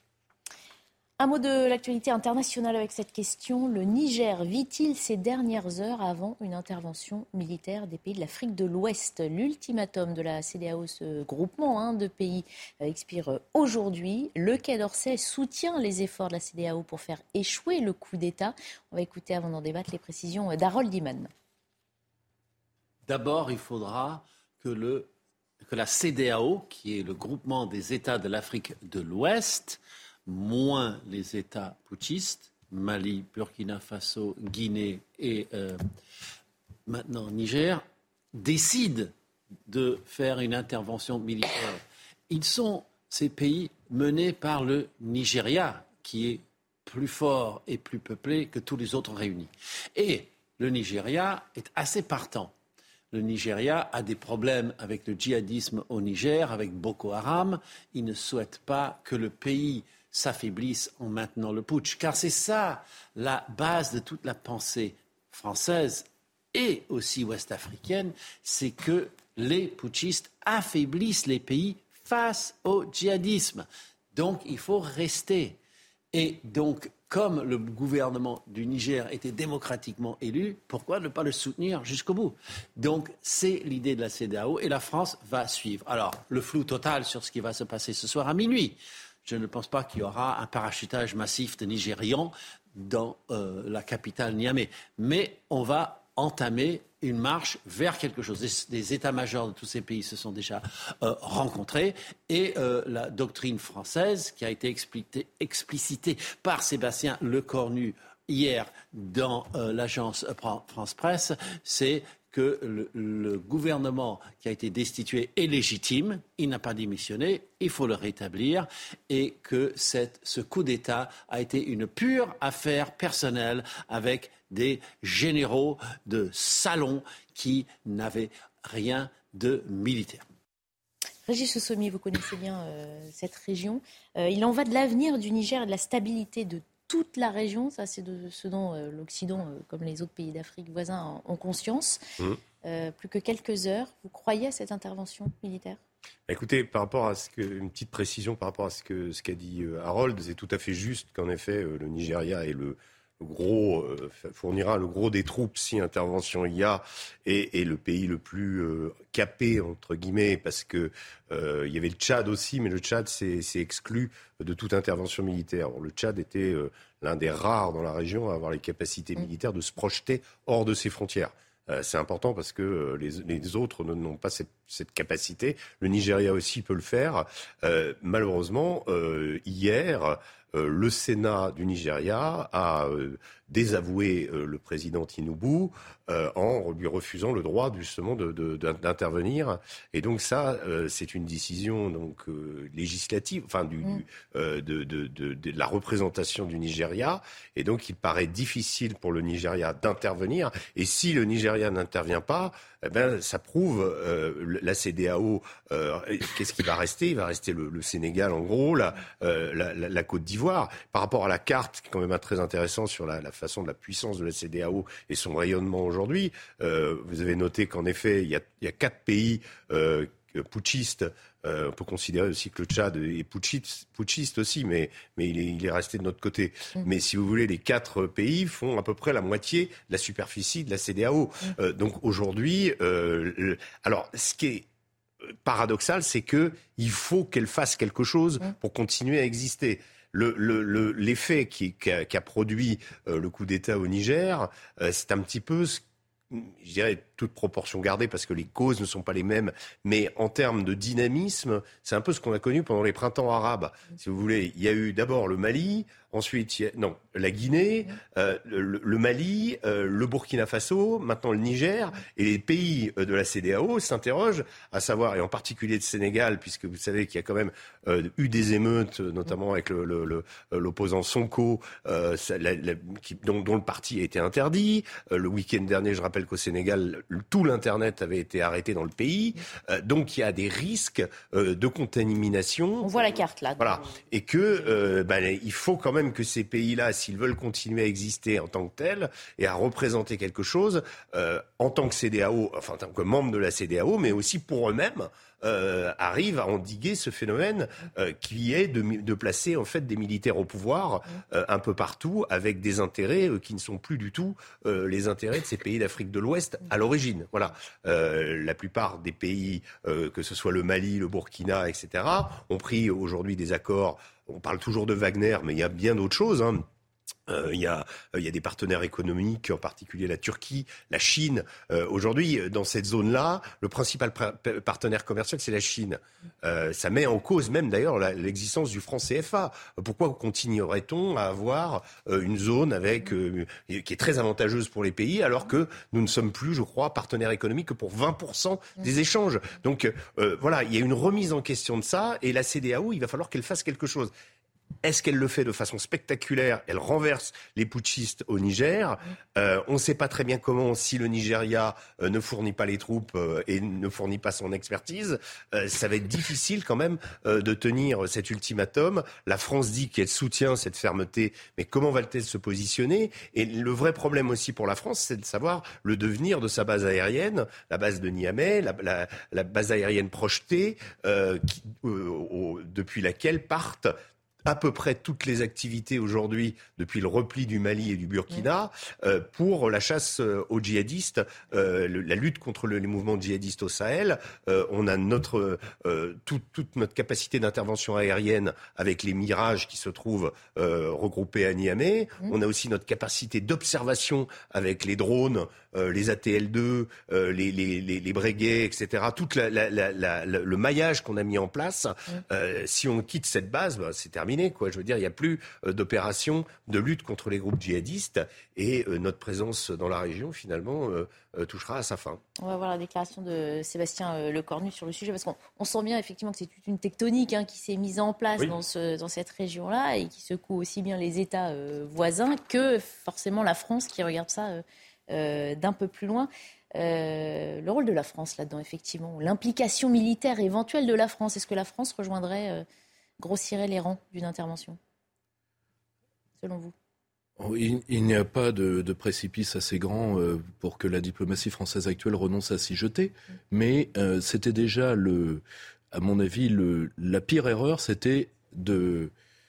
Un mot de l'actualité internationale avec cette question. Le Niger vit-il ces dernières heures avant une intervention militaire des pays de l'Afrique de l'Ouest ? L'ultimatum de la CEDEAO, ce groupement de pays, expire aujourd'hui. Le Quai d'Orsay soutient les efforts de la CEDEAO pour faire échouer le coup d'État. On va écouter avant d'en débattre les précisions d'Harold Iman. D'abord, il faudra que la CEDEAO, qui est le groupement des États de l'Afrique de l'Ouest, moins les États putschistes, Mali, Burkina Faso, Guinée et maintenant Niger, décident de faire une intervention militaire. Ces pays menés par le Nigeria, qui est plus fort et plus peuplé que tous les autres réunis. Et le Nigeria est assez partant. Le Nigeria a des problèmes avec le djihadisme au Niger, avec Boko Haram. Il ne souhaite pas que le pays s'affaiblissent en maintenant le putsch. Car c'est ça la base de toute la pensée française et aussi ouest-africaine, c'est que les putschistes affaiblissent les pays face au djihadisme. Donc il faut rester. Et donc, comme le gouvernement du Niger était démocratiquement élu, pourquoi ne pas le soutenir jusqu'au bout ? Donc, c'est l'idée de la CEDEAO et la France va suivre. Alors, le flou total sur ce qui va se passer ce soir à minuit. Je ne pense pas qu'il y aura un parachutage massif de Nigérians dans la capitale Niamey. Mais on va entamer une marche vers quelque chose. Des états-majors de tous ces pays se sont déjà rencontrés. Et la doctrine française, qui a été explicitée par Sébastien Lecornu hier dans l'agence France Presse, c'est que le gouvernement qui a été destitué est légitime, il n'a pas démissionné, il faut le rétablir, et que ce coup d'État a été une pure affaire personnelle avec des généraux de salon qui n'avaient rien de militaire. Régis Sommier, vous connaissez bien cette région. Il en va de l'avenir du Niger et de la stabilité de toute la région, ça c'est de ce dont l'Occident, comme les autres pays d'Afrique voisins, ont conscience. Plus que quelques heures, vous croyez à cette intervention militaire ? Écoutez, par rapport à une petite précision par rapport à ce qu'a dit Harold, c'est tout à fait juste qu'en effet le Nigeria est fournira le gros des troupes si intervention il y a, et le pays le plus capé entre guillemets, parce que il y avait le Tchad aussi, mais le Tchad s'est exclu de toute intervention militaire. Le Tchad était l'un des rares dans la région à avoir les capacités militaires de se projeter hors de ses frontières. C'est important parce que les autres n'ont pas cette capacité. Le Nigeria aussi peut le faire. Malheureusement, hier, le Sénat du Nigeria a désavoué le président Tinubu en lui refusant le droit justement d'intervenir. Et donc ça, c'est une décision législative, enfin de la représentation du Nigeria. Et donc il paraît difficile pour le Nigeria d'intervenir. Et si le Nigeria n'intervient pas, ça prouve la CEDEAO. Qu'est-ce qui va rester ? Il va rester le Sénégal en gros, la Côte d'Ivoire. Par rapport à la carte, qui est quand même très intéressant sur la façon de la puissance de la CEDEAO et son rayonnement aujourd'hui. Vous avez noté qu'en effet, il y a 4 pays putschistes. On peut considérer aussi que le Tchad est putschiste aussi, mais il est resté de notre côté. Mais si vous voulez, les 4 pays font à peu près la moitié de la superficie de la CEDEAO. Donc aujourd'hui, alors ce qui est paradoxal, c'est que il faut qu'elle fasse quelque chose pour continuer à exister. L'effet qu'a produit le coup d'État au Niger, c'est un petit peu, je dirais, toute proportion gardée parce que les causes ne sont pas les mêmes, mais en termes de dynamisme, c'est un peu ce qu'on a connu pendant les printemps arabes. Si vous voulez, il y a eu d'abord le Mali, ensuite la Guinée, le Mali, le Burkina Faso, maintenant le Niger, et les pays de la CEDEAO s'interrogent à savoir, et en particulier le Sénégal, puisque vous savez qu'il y a quand même eu des émeutes, notamment avec l'opposant Sonko, dont le parti a été interdit. Le week-end dernier, je rappelle qu'au Sénégal, tout l'Internet avait été arrêté dans le pays. Donc il y a des risques de contamination. On voit la carte là. Voilà. Et que il faut quand même que ces pays-là, s'ils veulent continuer à exister en tant que tels et à représenter quelque chose, en tant que CEDEAO, enfin en tant que membre de la CEDEAO, mais aussi pour eux-mêmes, arrivent à endiguer ce phénomène qui est de placer en fait des militaires au pouvoir un peu partout avec des intérêts qui ne sont plus du tout les intérêts de ces pays d'Afrique de l'Ouest à l'origine. Voilà, la plupart des pays, que ce soit le Mali, le Burkina, etc., ont pris aujourd'hui des accords. On parle toujours de Wagner, mais il y a bien d'autres choses. Il y a des partenaires économiques, en particulier la Turquie, la Chine. Aujourd'hui, dans cette zone-là, le principal partenaire commercial, c'est la Chine. Ça met en cause même d'ailleurs l'existence du franc CFA. Pourquoi continuerait-on à avoir une zone qui est très avantageuse pour les pays, alors que nous ne sommes plus, je crois, partenaires économiques que pour 20% des échanges. Donc voilà, il y a une remise en question de ça, et la CEDEAO, il va falloir qu'elle fasse quelque chose. Est-ce qu'elle le fait de façon spectaculaire? Elle renverse les putschistes au Niger. On ne sait pas très bien comment, si le Nigeria ne fournit pas les troupes et ne fournit pas son expertise. Ça va être difficile quand même de tenir cet ultimatum. La France dit qu'elle soutient cette fermeté, mais comment va-t-elle se positionner? Et le vrai problème aussi pour la France, c'est de savoir le devenir de sa base aérienne, la base de Niamey, la base aérienne projetée, depuis laquelle partent à peu près toutes les activités aujourd'hui, depuis le repli du Mali et du Burkina, pour la chasse aux djihadistes, la lutte contre les mouvements djihadistes au Sahel. On a toute notre capacité d'intervention aérienne avec les Mirages qui se trouvent regroupés à Niamey. On a aussi notre capacité d'observation avec les drones, les ATL2, les Breguet, etc. Tout le maillage qu'on a mis en place. Si on quitte cette base, c'est terminé. Je veux dire, il n'y a plus d'opération de lutte contre les groupes djihadistes, et notre présence dans la région, finalement, touchera à sa fin. On va voir la déclaration de Sébastien Lecornu sur le sujet, parce qu'on sent bien effectivement que c'est toute une tectonique qui s'est mise en place dans cette région-là, et qui secoue aussi bien les États voisins que forcément la France, qui regarde ça d'un peu plus loin. Le rôle de la France là-dedans, effectivement, l'implication militaire éventuelle de la France, est-ce que la France rejoindrait... grossirait les rangs d'une intervention, selon vous? Il n'y a pas de précipice assez grand pour que la diplomatie française actuelle renonce à s'y jeter. Mais c'était déjà, à mon avis, la pire erreur, c'était de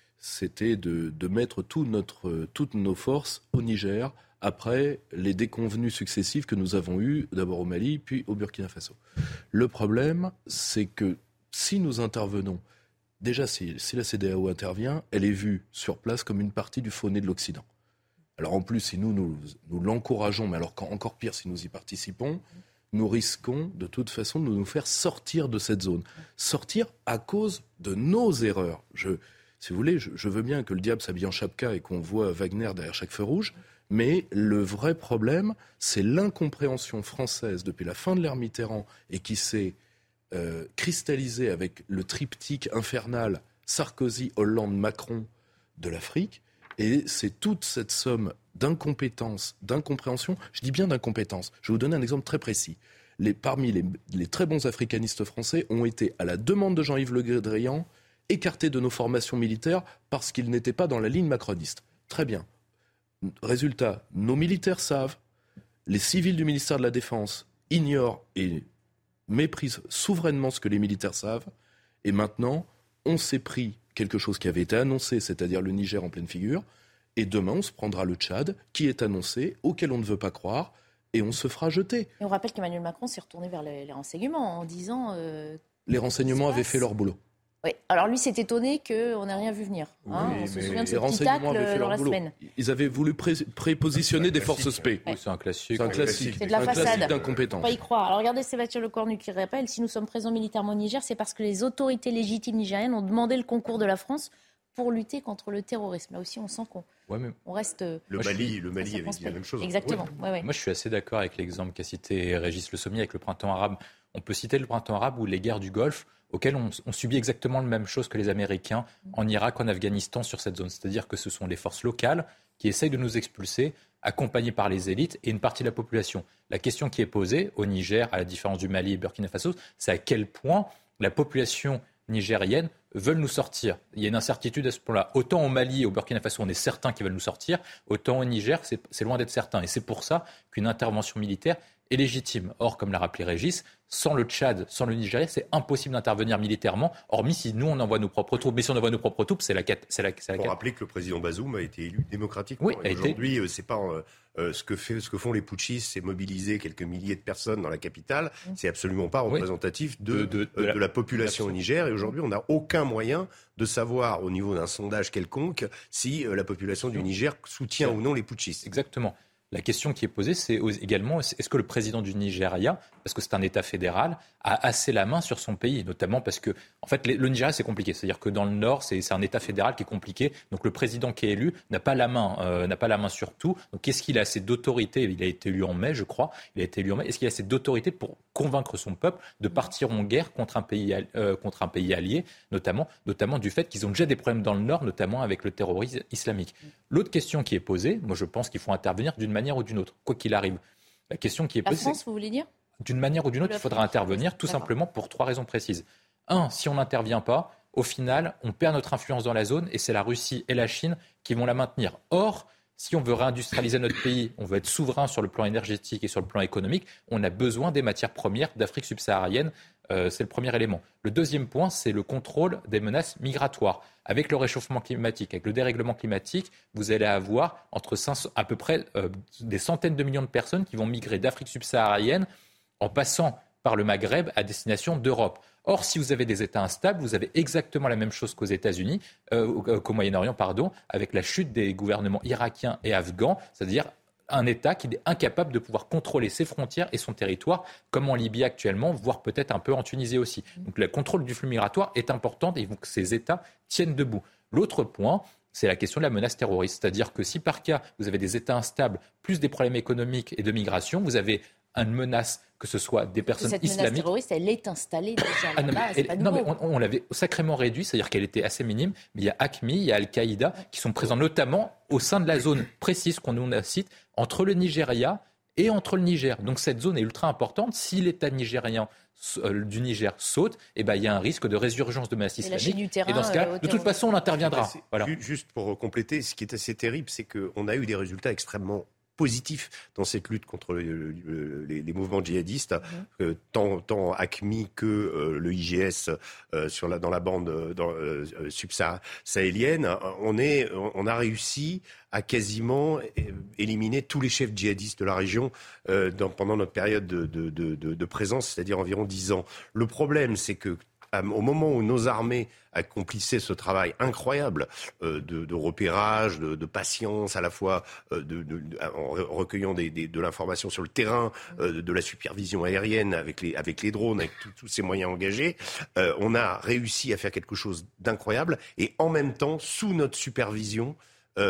mettre toutes nos forces au Niger après les déconvenues successives que nous avons eues, d'abord au Mali, puis au Burkina Faso. Le problème, c'est que si nous intervenons, déjà, si la CEDEAO intervient, elle est vue sur place comme une partie du faux nez de l'Occident. Alors en plus, si nous l'encourageons, mais alors encore pire, si nous y participons, nous risquons de toute façon de nous faire sortir de cette zone. Sortir à cause de nos erreurs. Si vous voulez, je veux bien que le diable s'habille en chapka et qu'on voit Wagner derrière chaque feu rouge, mais le vrai problème, c'est l'incompréhension française depuis la fin de l'ère Mitterrand, et qui s'est cristallisé avec le triptyque infernal Sarkozy, Hollande, Macron de l'Afrique. Et c'est toute cette somme d'incompétence, d'incompréhension, je dis bien d'incompétence. Je vais vous donner un exemple très précis. Parmi les très bons africanistes français ont été, à la demande de Jean-Yves Le Drian, écartés de nos formations militaires parce qu'ils n'étaient pas dans la ligne macroniste. Très bien. Résultat, nos militaires savent, les civils du ministère de la Défense ignorent et méprisent souverainement ce que les militaires savent, et maintenant, on s'est pris quelque chose qui avait été annoncé, c'est-à-dire le Niger en pleine figure, et demain, on se prendra le Tchad, qui est annoncé, auquel on ne veut pas croire, et on se fera jeter. Et on rappelle qu'Emmanuel Macron s'est retourné vers les renseignements en disant... les renseignements avaient fait leur boulot. Oui, alors lui s'est étonné qu'on n'ait rien vu venir. On se souvient de ce petit tacle dans la semaine. Ils avaient voulu prépositionner des forces spé. Oui, c'est un classique. C'est de la façade. D'incompétence. On va y croire. Alors regardez Sébastien Lecornu qui rappelle, si nous sommes présents militairement au Niger, c'est parce que les autorités légitimes nigériennes ont demandé le concours de la France pour lutter contre le terrorisme. Là aussi, on sent qu'on reste... Le Mali avait dit la même chose. Exactement. Ouais. Moi, je suis assez d'accord avec l'exemple qu'a cité Régis Le Sommier avec le printemps arabe. On peut citer le printemps arabe ou les guerres du Golfe, auxquelles on subit exactement la même chose que les Américains en Irak, en Afghanistan, sur cette zone. C'est-à-dire que ce sont les forces locales qui essayent de nous expulser, accompagnées par les élites et une partie de la population. La question qui est posée au Niger, à la différence du Mali et Burkina Faso, c'est à quel point la population nigérienne veulent nous sortir. Il y a une incertitude à ce point-là. Autant au Mali et au Burkina Faso, on est certain qu'ils veulent nous sortir, autant au Niger, c'est loin d'être certain. Et c'est pour ça qu'une intervention militaire est légitime. Or, comme l'a rappelé Régis, sans le Tchad, sans le Nigeria, c'est impossible d'intervenir militairement, hormis si nous, on envoie nos propres troupes. Mais si on envoie nos propres troupes, c'est la quête. Il faut rappeler que le président Bazoum a été élu démocratiquement. Oui, aujourd'hui, c'est pas ce que font les putschistes, c'est mobiliser quelques milliers de personnes dans la capitale. C'est absolument pas représentatif de la population au Niger. Et aujourd'hui, on n'a aucun moyen de savoir, au niveau d'un sondage quelconque, si la population du Niger soutient ou non les putschistes. Exactement. La question qui est posée, c'est également, est-ce que le président du Nigeria, parce que c'est un État fédéral, a assez la main sur son pays, notamment parce que, en fait, le Nigeria, c'est compliqué. C'est-à-dire que dans le Nord, c'est un État fédéral qui est compliqué. Donc le président qui est élu n'a pas la main sur tout. Donc est-ce qu'il a assez d'autorité ? Il a été élu en mai, je crois. Est-ce qu'il a assez d'autorité pour convaincre son peuple de partir en guerre contre un pays allié, notamment du fait qu'ils ont déjà des problèmes dans le Nord, notamment avec le terrorisme islamique. L'autre question qui est posée, moi je pense qu'il faut intervenir d'une manière ou d'une autre, quoi qu'il arrive. La question qui est posée, la France, vous voulez dire ? D'une manière ou d'une autre, il faudra intervenir tout simplement pour 3 raisons précises. 1, si on n'intervient pas, au final, on perd notre influence dans la zone et c'est la Russie et la Chine qui vont la maintenir. Or, si on veut réindustrialiser notre pays, on veut être souverain sur le plan énergétique et sur le plan économique, on a besoin des matières premières d'Afrique subsaharienne. C'est le premier élément. Le deuxième point, c'est le contrôle des menaces migratoires. Avec le réchauffement climatique, avec le dérèglement climatique, vous allez avoir à peu près des centaines de millions de personnes qui vont migrer d'Afrique subsaharienne en passant par le Maghreb à destination d'Europe. Or, si vous avez des États instables, vous avez exactement la même chose qu'aux États-Unis, qu'au Moyen-Orient, avec la chute des gouvernements irakiens et afghans, c'est-à-dire un État qui est incapable de pouvoir contrôler ses frontières et son territoire, comme en Libye actuellement, voire peut-être un peu en Tunisie aussi. Donc le contrôle du flux migratoire est important et il faut que ces États tiennent debout. L'autre point, c'est la question de la menace terroriste. C'est-à-dire que si par cas, vous avez des États instables, plus des problèmes économiques et de migration, vous avez une menace, que ce soit des personnes islamiques. Cette menace terroriste, elle est installée déjà là-bas, c'est pas nouveau. Non, mais on l'avait sacrément réduit, c'est-à-dire qu'elle était assez minime. Mais il y a AQMI, il y a Al-Qaïda qui sont présents notamment au sein de la zone précise qu'on nous cite, entre le Nigeria et entre le Niger. Donc cette zone est ultra importante. Si l'État nigérien du Niger saute, il y a un risque de résurgence de menace islamique. Et dans ce cas, de toute façon, on interviendra. Voilà. Juste pour compléter, ce qui est assez terrible, c'est qu'on a eu des résultats extrêmement positif dans cette lutte contre les mouvements djihadistes, tant AQMI que le IGS dans la bande subsahélienne. On a réussi à quasiment éliminer tous les chefs djihadistes de la région pendant notre période de présence, c'est-à-dire environ 10 ans. Le problème, c'est que au moment où nos armées accomplissaient ce travail incroyable de repérage, de patience, à la fois en recueillant de l'information sur le terrain, de la supervision aérienne avec les drones, avec tous ces moyens engagés, on a réussi à faire quelque chose d'incroyable et en même temps, sous notre supervision,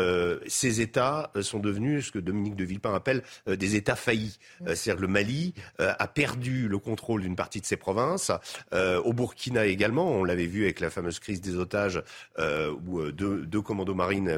ces États sont devenus ce que Dominique de Villepin appelle des États faillis. C'est-à-dire que le Mali a perdu le contrôle d'une partie de ses provinces. Au Burkina également, on l'avait vu avec la fameuse crise des otages où deux commandos marines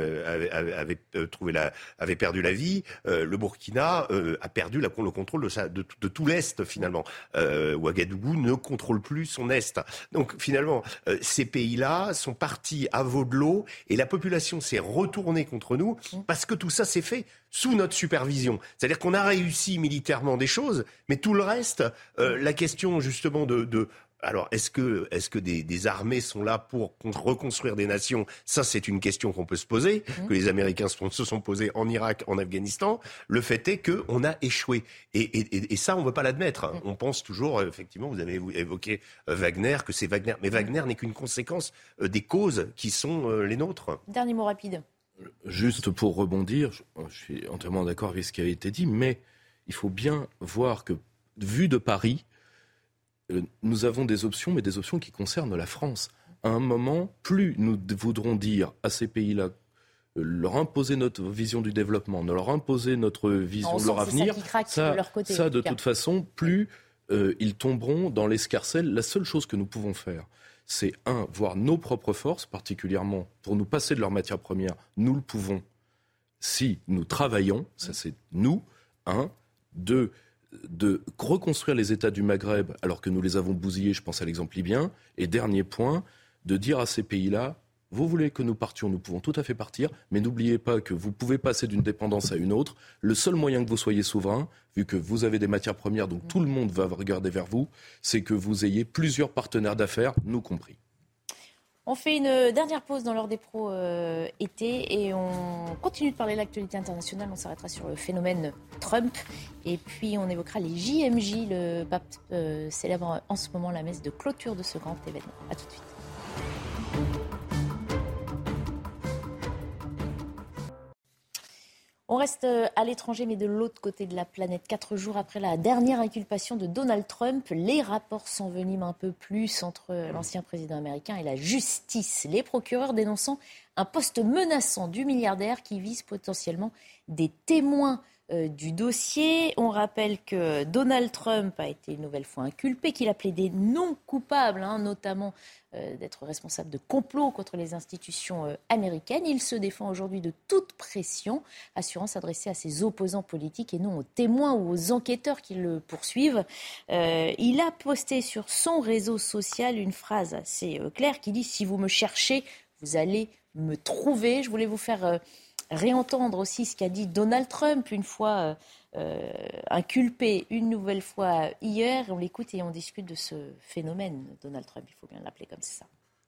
avaient perdu la vie. Le Burkina a perdu le contrôle de tout l'Est finalement. Ouagadougou ne contrôle plus son Est. Donc finalement, ces pays-là sont partis à veau de l'eau et la population s'est retournée contre nous parce que tout ça s'est fait sous notre supervision. C'est-à-dire qu'on a réussi militairement des choses, mais tout le reste, la question justement de Alors, est-ce que des armées sont là pour reconstruire des nations ? Ça, c'est une question qu'on peut se poser, que les Américains se sont posés en Irak, en Afghanistan. Le fait est qu'on a échoué. Et ça, on ne veut pas l'admettre. On pense toujours, effectivement, vous avez évoqué Wagner, que c'est Wagner. Mais Wagner n'est qu'une conséquence des causes qui sont les nôtres. Dernier mot rapide. Juste pour rebondir, je suis entièrement d'accord avec ce qui a été dit, mais il faut bien voir que, vu de Paris, nous avons des options, mais des options qui concernent la France. À un moment, plus nous voudrons dire à ces pays-là, leur imposer notre vision du développement, leur imposer notre vision de leur avenir, ça de toute façon, plus ils tomberont dans l'escarcelle. La seule chose que nous pouvons faire, c'est voir nos propres forces, particulièrement pour nous passer de leurs matières premières. Nous le pouvons si nous travaillons, ça c'est nous. 2, de reconstruire les États du Maghreb alors que nous les avons bousillés, je pense à l'exemple libyen. Et dernier point, de dire à ces pays-là, vous voulez que nous partions, nous pouvons tout à fait partir, mais n'oubliez pas que vous pouvez passer d'une dépendance à une autre. Le seul moyen que vous soyez souverain, vu que vous avez des matières premières, donc tout le monde va regarder vers vous, c'est que vous ayez plusieurs partenaires d'affaires, nous compris. On fait une dernière pause dans l'heure des pros été et on continue de parler de l'actualité internationale. On s'arrêtera sur le phénomène Trump et puis on évoquera les JMJ. Le pape célèbre en ce moment la messe de clôture de ce grand événement. A tout de suite. On reste à l'étranger, mais de l'autre côté de la planète. 4 jours après la dernière inculpation de Donald Trump, les rapports s'enveniment un peu plus entre l'ancien président américain et la justice. Les procureurs dénonçant un poste menaçant du milliardaire qui vise potentiellement des témoins du dossier. On rappelle que Donald Trump a été une nouvelle fois inculpé, qu'il a plaidé non coupable, notamment d'être responsable de complot contre les institutions américaines. Il se défend aujourd'hui de toute pression, assurant s'adresser à ses opposants politiques et non aux témoins ou aux enquêteurs qui le poursuivent. Il a posté sur son réseau social une phrase assez claire qui dit « Si vous me cherchez, vous allez me trouver ». Je voulais vous faire réentendre aussi ce qu'a dit Donald Trump une fois inculpé, une nouvelle fois hier. On l'écoute et on discute de ce phénomène, Donald Trump, il faut bien l'appeler comme ça.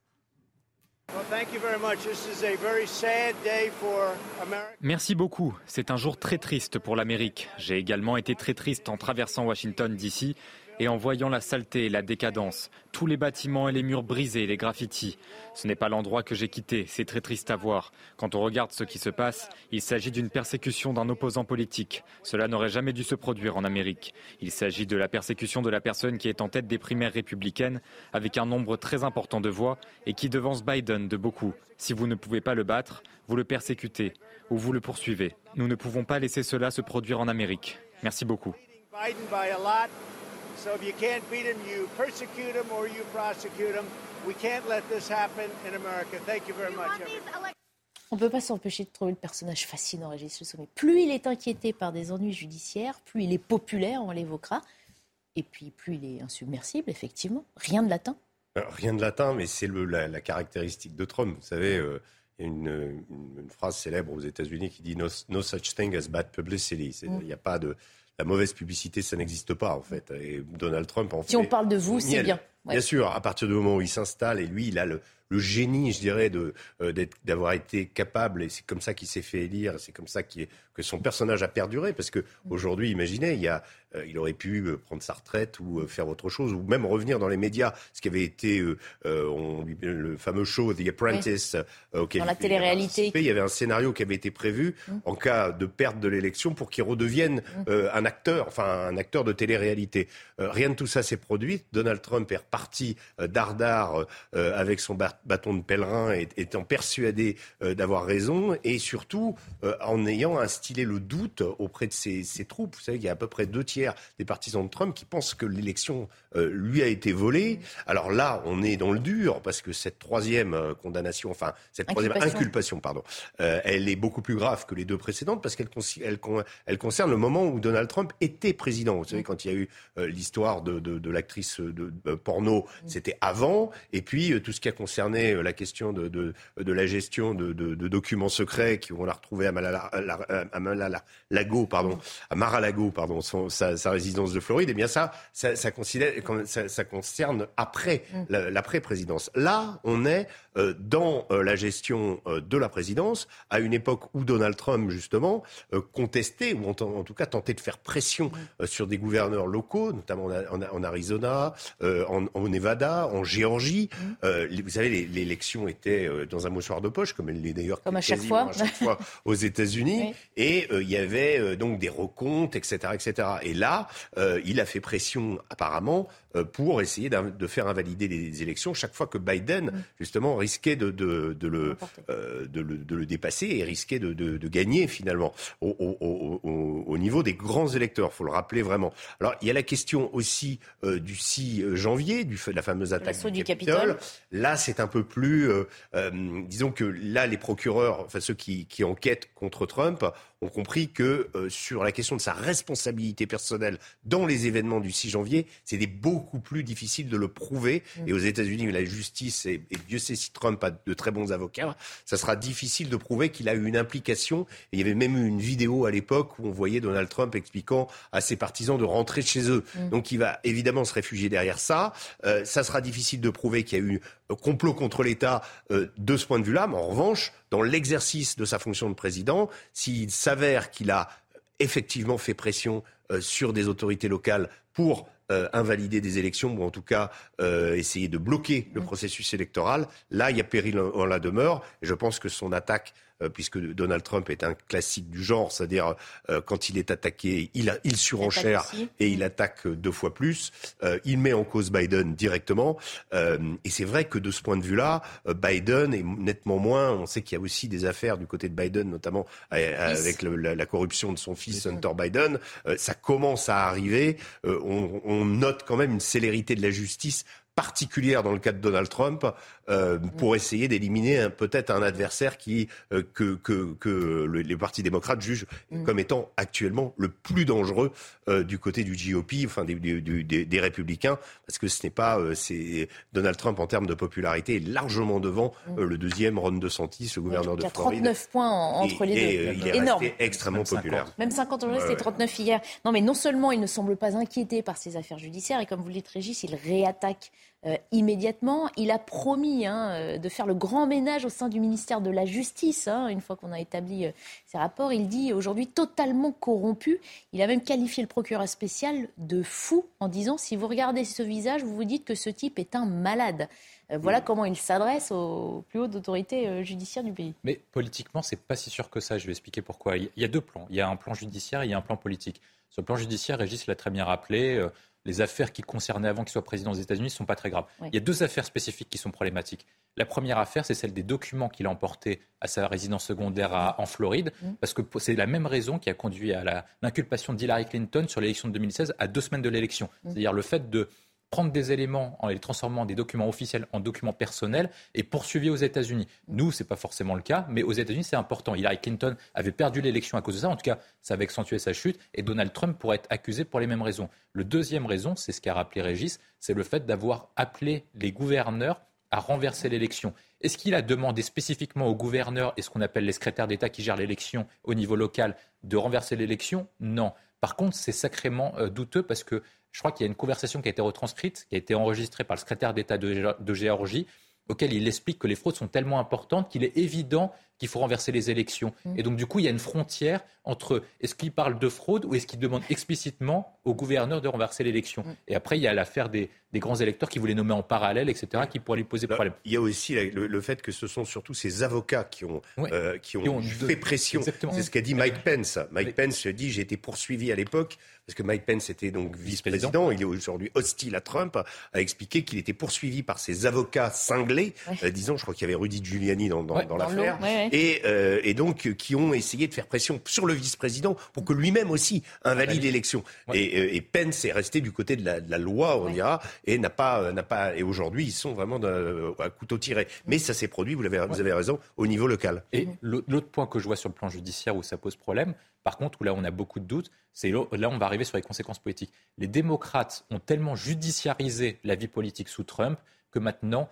Merci beaucoup. C'est un jour très triste pour l'Amérique. J'ai également été très triste en traversant Washington DC et en voyant la saleté et la décadence, tous les bâtiments et les murs brisés, les graffitis. Ce n'est pas l'endroit que j'ai quitté, c'est très triste à voir. Quand on regarde ce qui se passe, il s'agit d'une persécution d'un opposant politique. Cela n'aurait jamais dû se produire en Amérique. Il s'agit de la persécution de la personne qui est en tête des primaires républicaines, avec un nombre très important de voix et qui devance Biden de beaucoup. Si vous ne pouvez pas le battre, vous le persécutez ou vous le poursuivez. Nous ne pouvons pas laisser cela se produire en Amérique. Merci beaucoup. So if you can't beat him, you persecute him or you prosecute him. We can't let this happen in America. Thank you very much. On ne peut pas s'empêcher de trouver le personnage fascinant, Régis Le Sommet. Plus il est inquiété par des ennuis judiciaires, plus il est populaire, on l'évoquera, et puis plus il est insubmersible, effectivement. Rien de latin. Rien de latin, mais c'est la caractéristique de Trump. Vous savez, il y a une phrase célèbre aux États-Unis qui dit no such thing as bad publicity. Il n'y a pas de... La mauvaise publicité, ça n'existe pas, en fait. Et Donald Trump en fait... Si on parle de vous, c'est bien. Ouais. Bien sûr, à partir du moment où il s'installe, et lui, il a le génie, je dirais, d'avoir été capable, et c'est comme ça qu'il s'est fait élire, c'est comme ça que son personnage a perduré, parce que aujourd'hui, imaginez, il aurait pu prendre sa retraite ou faire autre chose, ou même revenir dans les médias, ce qui avait été le fameux show The Apprentice, dans la télé-réalité. Il y avait un scénario qui avait été prévu en cas de perte de l'élection pour qu'il redevienne un acteur de télé-réalité. Rien de tout ça s'est produit. Donald Trump est reparti dardard avec son bâton de pèlerin, étant persuadé d'avoir raison, et surtout en ayant instillé le doute auprès de ses troupes. Vous savez, il y a à peu près 2/3 des partisans de Trump qui pensent que l'élection lui a été volée. Alors là, on est dans le dur, parce que cette troisième inculpation, elle est beaucoup plus grave que les deux précédentes, parce qu'elle concerne le moment où Donald Trump était président. Vous savez, quand il y a eu l'histoire de l'actrice de porno journaux, c'était avant. Et puis tout ce qui a concerné la question de la gestion de documents secrets qui vont la retrouver à Mar-a-Lago, sa résidence de Floride. Eh bien ça concerne après l'après-présidence. Là, on est dans la gestion de la présidence à une époque où Donald Trump justement contestait ou en tout cas tentait de faire pression sur des gouverneurs locaux, notamment en Arizona, en Nevada, en Géorgie. Vous savez, l'élection était dans un mouchoir de poche, comme elle l'est d'ailleurs comme à chaque fois aux États-Unis, et il y avait donc des recomptes, etc., etc. Et là, il a fait pression apparemment pour essayer de faire invalider les élections chaque fois que Biden justement risquait de le dépasser et risquait de gagner finalement au niveau des grands électeurs. Il faut le rappeler vraiment. Alors il y a la question aussi du 6 janvier, de la fameuse attaque du Capitole. Là c'est un peu plus, disons que là les procureurs, enfin ceux qui enquêtent contre Trump, ont compris que sur la question de sa responsabilité personnelle dans les événements du 6 janvier, c'était beaucoup plus difficile de le prouver. Et aux États-Unis, la justice, et Dieu sait si Trump a de très bons avocats, ça sera difficile de prouver qu'il a eu une implication. Et il y avait même eu une vidéo à l'époque où on voyait Donald Trump expliquant à ses partisans de rentrer chez eux. Donc il va évidemment se réfugier derrière ça. Ça sera difficile de prouver qu'il y a eu complot contre l'État de ce point de vue-là. Mais en revanche, dans l'exercice de sa fonction de président, s'il s'avère qu'il a effectivement fait pression sur des autorités locales pour invalider des élections ou en tout cas essayer de bloquer le processus électoral, là il y a péril en la demeure. Et je pense que son attaque, puisque Donald Trump est un classique du genre, c'est-à-dire quand il est attaqué, il surenchère et il attaque 2 fois plus. Il met en cause Biden directement. Et c'est vrai que de ce point de vue-là, Biden est nettement moins. On sait qu'il y a aussi des affaires du côté de Biden, notamment avec la corruption de son fils Hunter Biden. Ça commence à arriver. On note quand même une célérité de la justice particulière dans le cas de Donald Trump pour essayer d'éliminer peut-être un adversaire que les partis démocrates jugent comme étant actuellement le plus dangereux du côté du GOP, enfin des républicains, parce que ce n'est pas Donald Trump en termes de popularité est largement devant le deuxième Ron DeSantis, le gouverneur de Floride. 39 points entre les deux. Il est resté extrêmement populaire. Même 50 aujourd'hui, c'était 39 hier. Non, mais non seulement il ne semble pas inquiété par ces affaires judiciaires, et comme vous le dites, Régis, il réattaque immédiatement. Il a promis de faire le grand ménage au sein du ministère de la Justice, une fois qu'on a établi ces rapports. Il dit aujourd'hui totalement corrompu. Il a même qualifié le procureur spécial de fou en disant « si vous regardez ce visage, vous vous dites que ce type est un malade ». Voilà comment il s'adresse aux plus hautes autorités judiciaires du pays. Mais politiquement, c'est pas si sûr que ça. Je vais expliquer pourquoi. Il y a 2 plans. Il y a un plan judiciaire et il y a un plan politique. Sur le plan judiciaire, Régis l'a très bien rappelé, les affaires qui concernaient avant qu'il soit président des États-Unis ne sont pas très graves. Oui. Il y a 2 affaires spécifiques qui sont problématiques. La première affaire, c'est celle des documents qu'il a emportés à sa résidence secondaire en Floride, parce que c'est la même raison qui a conduit à l'inculpation d'Hillary Clinton sur l'élection de 2016 à 2 semaines de l'élection. C'est-à-dire le fait de prendre des éléments en les transformant des documents officiels en documents personnels et poursuivis aux États-Unis. Nous, c'est pas forcément le cas, mais aux États-Unis, c'est important. Hillary Clinton avait perdu l'élection à cause de ça. En tout cas, ça avait accentué sa chute et Donald Trump pourrait être accusé pour les mêmes raisons. Le deuxième raison, c'est ce qu'a rappelé Régis, c'est le fait d'avoir appelé les gouverneurs à renverser l'élection. Est-ce qu'il a demandé spécifiquement aux gouverneurs et ce qu'on appelle les secrétaires d'État qui gèrent l'élection au niveau local de renverser l'élection ? Non. Par contre, c'est sacrément douteux parce que je crois qu'il y a une conversation qui a été retranscrite, qui a été enregistrée par le secrétaire d'État de Géorgie, auquel il explique que les fraudes sont tellement importantes qu'il est évident qu'il faut renverser les élections. Et donc, du coup, il y a une frontière entre est-ce qu'il parle de fraude ou est-ce qu'il demande explicitement au gouverneur de renverser l'élection. Et après, il y a l'affaire des grands électeurs qui voulaient nommer en parallèle, etc., qui pourraient lui poser problème. Il y a aussi le fait que ce sont surtout ces avocats qui ont fait pression. Exactement. C'est ce qu'a dit Mike Pence. Mike Pence dit « j'ai été poursuivi à l'époque ». Parce que Mike Pence était donc vice-président, il est aujourd'hui hostile à Trump, a expliqué qu'il était poursuivi par ses avocats cinglés, disons, je crois qu'il y avait Rudy Giuliani dans l'affaire, et donc qui ont essayé de faire pression sur le vice-président pour que lui-même aussi invalide l'élection. Et Pence est resté du côté de la loi, on dira, et n'a pas. Et aujourd'hui, ils sont vraiment à couteau tiré. Mais ça s'est produit, vous avez raison, au niveau local. Et l'autre point que je vois sur le plan judiciaire où ça pose problème, par contre, où là on a beaucoup de doutes, c'est là on va arriver sur les conséquences politiques. Les démocrates ont tellement judiciarisé la vie politique sous Trump que maintenant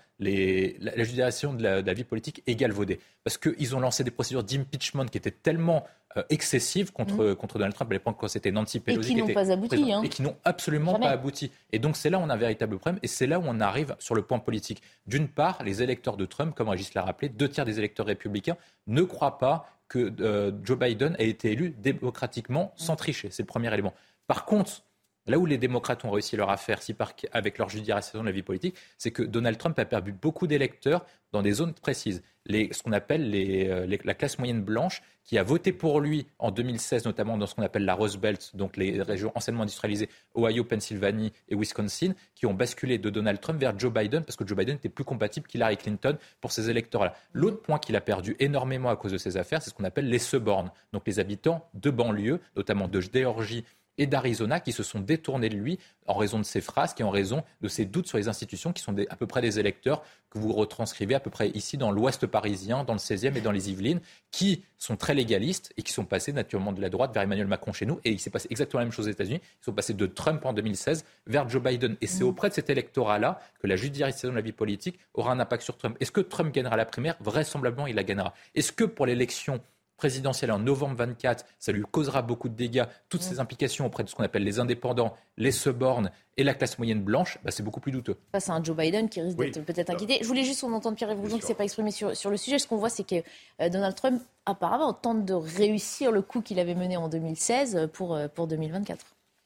la judiciarisation de la vie politique est galvaudée. Parce qu'ils ont lancé des procédures d'impeachment qui étaient tellement excessives contre Donald Trump à l'époque quand c'était Nancy Pelosi. Et qui n'ont pas abouti. Et qui n'ont absolument pas abouti. Et donc c'est là où on a un véritable problème et c'est là où on arrive sur le point politique. D'une part, les électeurs de Trump, comme Régis l'a rappelé, 2/3 des électeurs républicains ne croient pas que Joe Biden ait été élu démocratiquement sans tricher. C'est le premier élément. Par contre, là où les démocrates ont réussi leur affaire, avec leur judiciarisation de la vie politique, c'est que Donald Trump a perdu beaucoup d'électeurs dans des zones précises. Ce qu'on appelle la classe moyenne blanche, qui a voté pour lui en 2016, notamment dans ce qu'on appelle la Rust Belt, donc les régions anciennement industrialisées, Ohio, Pennsylvanie et Wisconsin, qui ont basculé de Donald Trump vers Joe Biden, parce que Joe Biden était plus compatible qu'Hillary Clinton pour ces électeurs-là. L'autre point qu'il a perdu énormément à cause de ces affaires, c'est ce qu'on appelle les suburbs, donc les habitants de banlieue, notamment de Géorgie et d'Arizona, qui se sont détournés de lui en raison de ses phrases, qui en raison de ses doutes sur les institutions, qui sont à peu près des électeurs que vous retranscrivez à peu près ici dans l'ouest parisien, dans le 16e et dans les Yvelines, qui sont très légalistes et qui sont passés naturellement de la droite vers Emmanuel Macron chez nous. Et il s'est passé exactement la même chose aux États-Unis. Ils sont passés de Trump en 2016 vers Joe Biden. Et c'est auprès de cet électorat-là que la judiciarisation de la vie politique aura un impact sur Trump. Est-ce que Trump gagnera la primaire ? Vraisemblablement, il la gagnera. Est-ce que pour l'élection présidentielle en novembre 24, ça lui causera beaucoup de dégâts, toutes ces implications auprès de ce qu'on appelle les indépendants, les subornes et la classe moyenne blanche, c'est beaucoup plus douteux. Face à un Joe Biden qui risque d'être peut-être inquiété. Je voulais juste entendre Pierre-Yves Roujon qui ne s'est pas exprimé sur le sujet. Ce qu'on voit, c'est que Donald Trump, apparemment, tente de réussir le coup qu'il avait mené en 2016 pour 2024.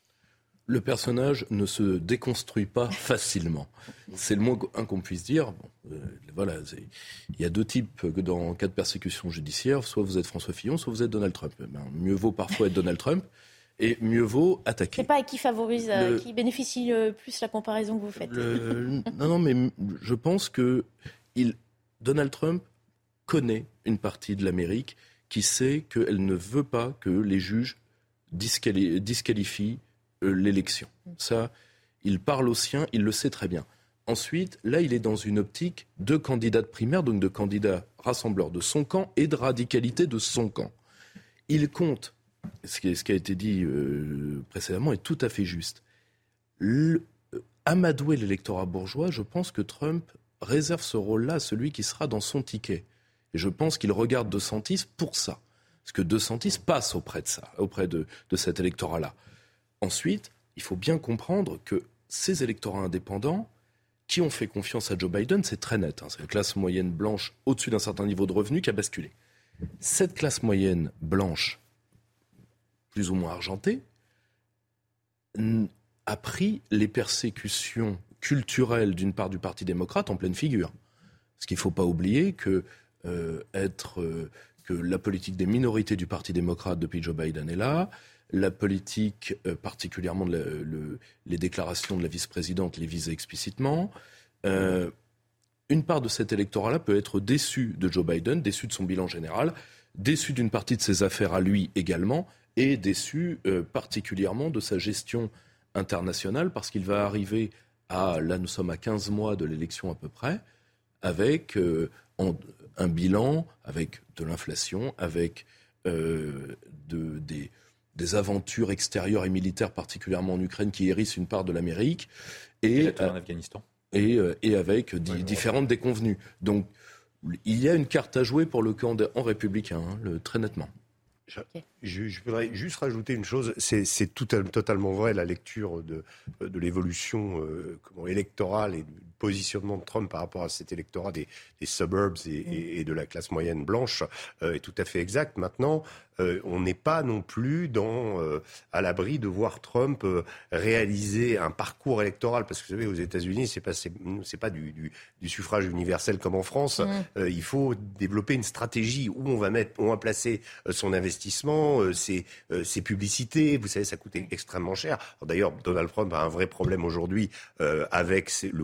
Le personnage ne se déconstruit pas facilement. C'est le moins qu'on puisse dire. Voilà, il y a deux types dans cas de persécution judiciaire. Soit vous êtes François Fillon, soit vous êtes Donald Trump. Mieux vaut parfois être Donald Trump et mieux vaut attaquer. C'est pas qui favorise, qui bénéficie le plus la comparaison que vous faites. Non, mais je pense que Donald Trump connaît une partie de l'Amérique qui sait qu'elle ne veut pas que les juges disqualifient l'élection. Ça, il parle aux siens, il le sait très bien. Ensuite, là, il est dans une optique de candidat de primaire, donc de candidat rassembleur de son camp et de radicalité de son camp. Il compte, ce qui a été dit précédemment est tout à fait juste. Amadouer l'électorat bourgeois, je pense que Trump réserve ce rôle-là à celui qui sera dans son ticket. Et je pense qu'il regarde DeSantis pour ça. Parce que DeSantis passe auprès de ça, auprès de cet électorat-là. Ensuite, il faut bien comprendre que ces électorats indépendants qui ont fait confiance à Joe Biden, c'est très net. C'est la classe moyenne blanche au-dessus d'un certain niveau de revenu qui a basculé. Cette classe moyenne blanche, plus ou moins argentée, a pris les persécutions culturelles d'une part du Parti démocrate en pleine figure. Parce qu'il ne faut pas oublier que la politique des minorités du Parti démocrate depuis Joe Biden est là. La politique, particulièrement les déclarations de la vice-présidente, les visait explicitement. Une part de cet électorat-là peut être déçu de Joe Biden, déçu de son bilan général, déçu d'une partie de ses affaires à lui également, et déçu particulièrement de sa gestion internationale, parce qu'il va arriver là nous sommes à 15 mois de l'élection à peu près, avec un bilan, avec de l'inflation, avec des aventures extérieures et militaires, particulièrement en Ukraine, qui hérissent une part de l'Amérique, et en Afghanistan. Et avec différentes déconvenues. Donc, il y a une carte à jouer pour le camp en républicain, très nettement. Je voudrais juste rajouter une chose, c'est totalement vrai, la lecture de l'évolution électorale et du positionnement de Trump par rapport à cet électorat des suburbs et de la classe moyenne blanche est tout à fait exact. Maintenant, on n'est pas non plus à l'abri de voir Trump réaliser un parcours électoral, parce que vous savez, aux États-Unis, c'est pas du suffrage universel comme en France. Il faut développer une stratégie où on va placer son investissement, ses publicités. Vous savez, ça coûte extrêmement cher. Alors, d'ailleurs, Donald Trump a un vrai problème aujourd'hui avec le coût de ses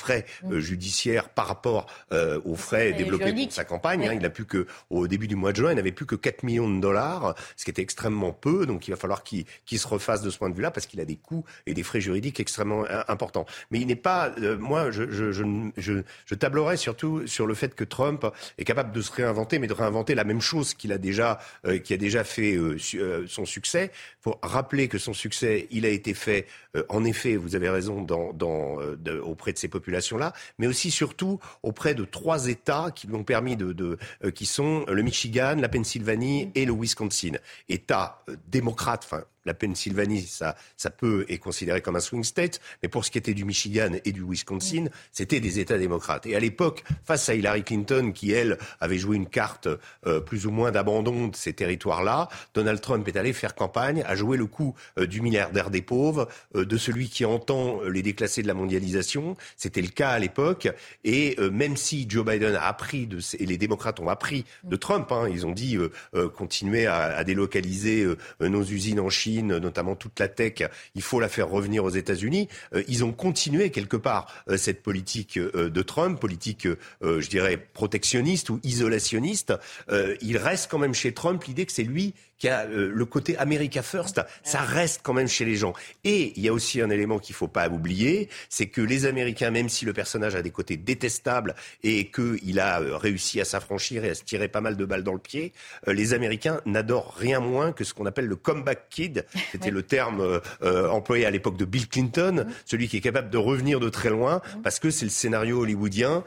frais judiciaires par rapport aux frais développés pour sa campagne. Il n'a plus que, au début du mois de juin, il n'avait plus que 4 millions de dollars, ce qui était extrêmement peu. Donc il va falloir qu'il se refasse de ce point de vue-là parce qu'il a des coûts et des frais juridiques extrêmement importants. Mais il n'est pas, moi, je tablerais surtout sur le fait que Trump est capable de se réinventer, mais de réinventer la même chose qui a déjà fait son succès. Il faut rappeler que son succès, il a été fait, en effet, vous avez raison, auprès de ces populations-là, mais aussi surtout auprès de 3 États qui lui ont permis qui sont le Michigan, la Pennsylvanie et le Wisconsin. États démocrates, la Pennsylvanie, ça peut être considéré comme un swing state, mais pour ce qui était du Michigan et du Wisconsin, c'était des États démocrates. Et à l'époque, face à Hillary Clinton, qui, elle, avait joué une carte plus ou moins d'abandon de ces territoires-là, Donald Trump est allé faire campagne, a joué le coup du milliardaire des pauvres, de celui qui entend les déclassés de la mondialisation. C'était le cas à l'époque. Et même si Joe Biden a appris, et les démocrates ont appris de Trump, ils ont dit continuer à délocaliser nos usines en Chine, notamment toute la tech, il faut la faire revenir aux États-Unis. Ils ont continué quelque part cette politique de Trump, politique, je dirais, protectionniste ou isolationniste. Il reste quand même chez Trump l'idée que c'est lui qui a le côté America First, ça reste quand même chez les gens. Et il y a aussi un élément qu'il ne faut pas oublier, c'est que les Américains, même si le personnage a des côtés détestables et qu'il a réussi à s'affranchir et à se tirer pas mal de balles dans le pied, les Américains n'adorent rien moins que ce qu'on appelle le comeback kid. C'était le terme employé à l'époque de Bill Clinton, celui qui est capable de revenir de très loin, parce que c'est le scénario hollywoodien.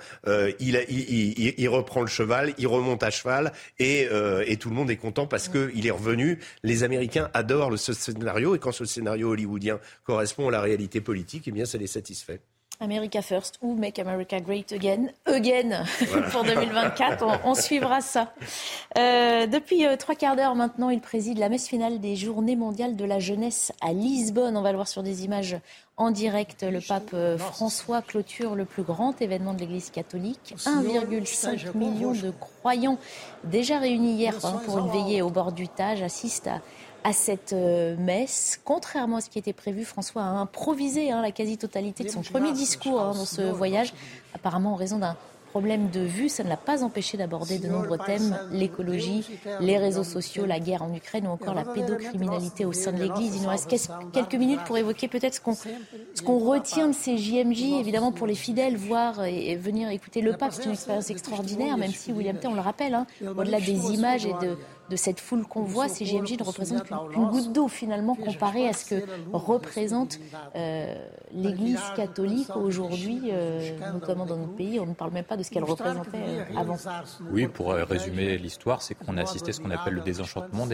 Il reprend le cheval, il remonte à cheval et tout le monde est content parce qu'il est revenu. Les Américains adorent ce scénario et quand ce scénario hollywoodien correspond à la réalité politique, eh bien ça les satisfait. America First ou Make America Great Again voilà. Pour 2024, on suivra ça. Depuis 3 quarts d'heure maintenant, il préside la messe finale des Journées mondiales de la jeunesse à Lisbonne. On va le voir sur des images en direct. Le pape François clôture le plus grand événement de l'Église catholique. 1,5 million de croyants déjà réunis hier pour une veillée au bord du Tage assistent à cette messe. Contrairement à ce qui était prévu, François a improvisé la quasi-totalité de son premier discours dans ce voyage. Apparemment, en raison d'un problème de vue, ça ne l'a pas empêché d'aborder de nombreux thèmes, l'écologie, les réseaux sociaux, la guerre en Ukraine ou encore la pédocriminalité au sein de l'Église. Il nous reste quelques minutes pour évoquer peut-être ce qu'on retient de ces JMJ, évidemment pour les fidèles, voir et venir écouter le pape. C'est une expérience extraordinaire, même si William Tay, on le rappelle, au-delà des images et de cette foule qu'on voit, ces JMJ ne représentent qu'une goutte d'eau finalement comparée à ce que représente l'Église catholique aujourd'hui, notamment dans notre pays. On ne parle même pas de ce qu'elle représentait avant. Oui, pour résumer l'histoire, c'est qu'on a assisté à ce qu'on appelle le désenchantement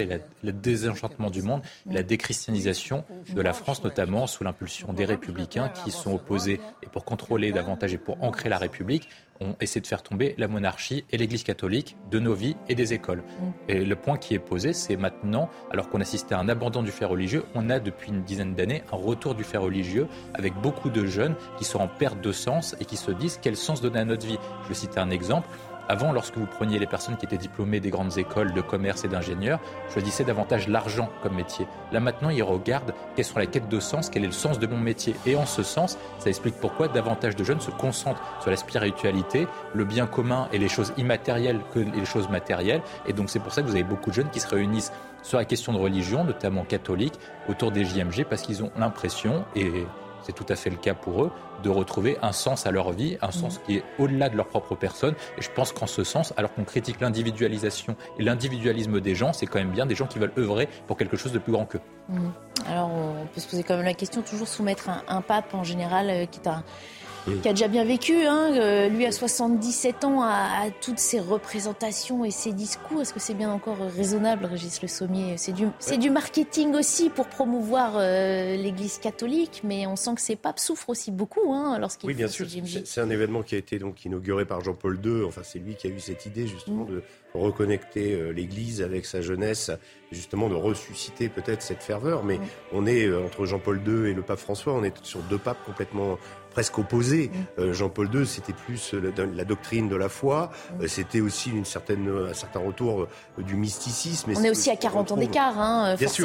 du monde, la déchristianisation de la France, notamment sous l'impulsion des Républicains qui sont opposés, et pour contrôler davantage et pour ancrer la République, on essaie de faire tomber la monarchie et l'Église catholique de nos vies et des écoles. Et le point qui est posé, c'est maintenant, alors qu'on assistait à un abandon du fait religieux, on a depuis une dizaine d'années un retour du fait religieux avec beaucoup de jeunes qui sont en perte de sens et qui se disent quel sens donner à notre vie. Je vais citer un exemple. Avant, lorsque vous preniez les personnes qui étaient diplômées des grandes écoles de commerce et d'ingénieurs, choisissaient davantage l'argent comme métier. Là maintenant, ils regardent quelles sont la quête de sens, quel est le sens de mon métier. Et en ce sens, ça explique pourquoi davantage de jeunes se concentrent sur la spiritualité, le bien commun et les choses immatérielles que les choses matérielles. Et donc c'est pour ça que vous avez beaucoup de jeunes qui se réunissent sur la question de religion, notamment catholique, autour des JMJ, parce qu'ils ont l'impression, et c'est tout à fait le cas pour eux, de retrouver un sens à leur vie, un sens qui est au-delà de leur propre personne. Et je pense qu'en ce sens, alors qu'on critique l'individualisation et l'individualisme des gens, c'est quand même bien des gens qui veulent œuvrer pour quelque chose de plus grand qu'eux. Alors on peut se poser quand même la question, toujours soumettre un pape en général qui a déjà bien vécu, lui à 77 ans, à toutes ces représentations et ces discours. Est-ce que c'est bien encore raisonnable, Régis Le Sommier ? C'est du marketing aussi pour promouvoir l'Église catholique, mais on sent que ces papes souffrent aussi beaucoup lorsqu'ils font bien sûr. C'est un événement qui a été donc inauguré par Jean-Paul II. Enfin, c'est lui qui a eu cette idée justement de reconnecter l'Église avec sa jeunesse, justement de ressusciter peut-être cette ferveur. Mais on est entre Jean-Paul II et le pape François, on est sur 2 papes complètement presque opposés. Jean-Paul II, c'était plus la doctrine de la foi, c'était aussi un certain retour du mysticisme. On est aussi à 40 ans d'écart, forcément.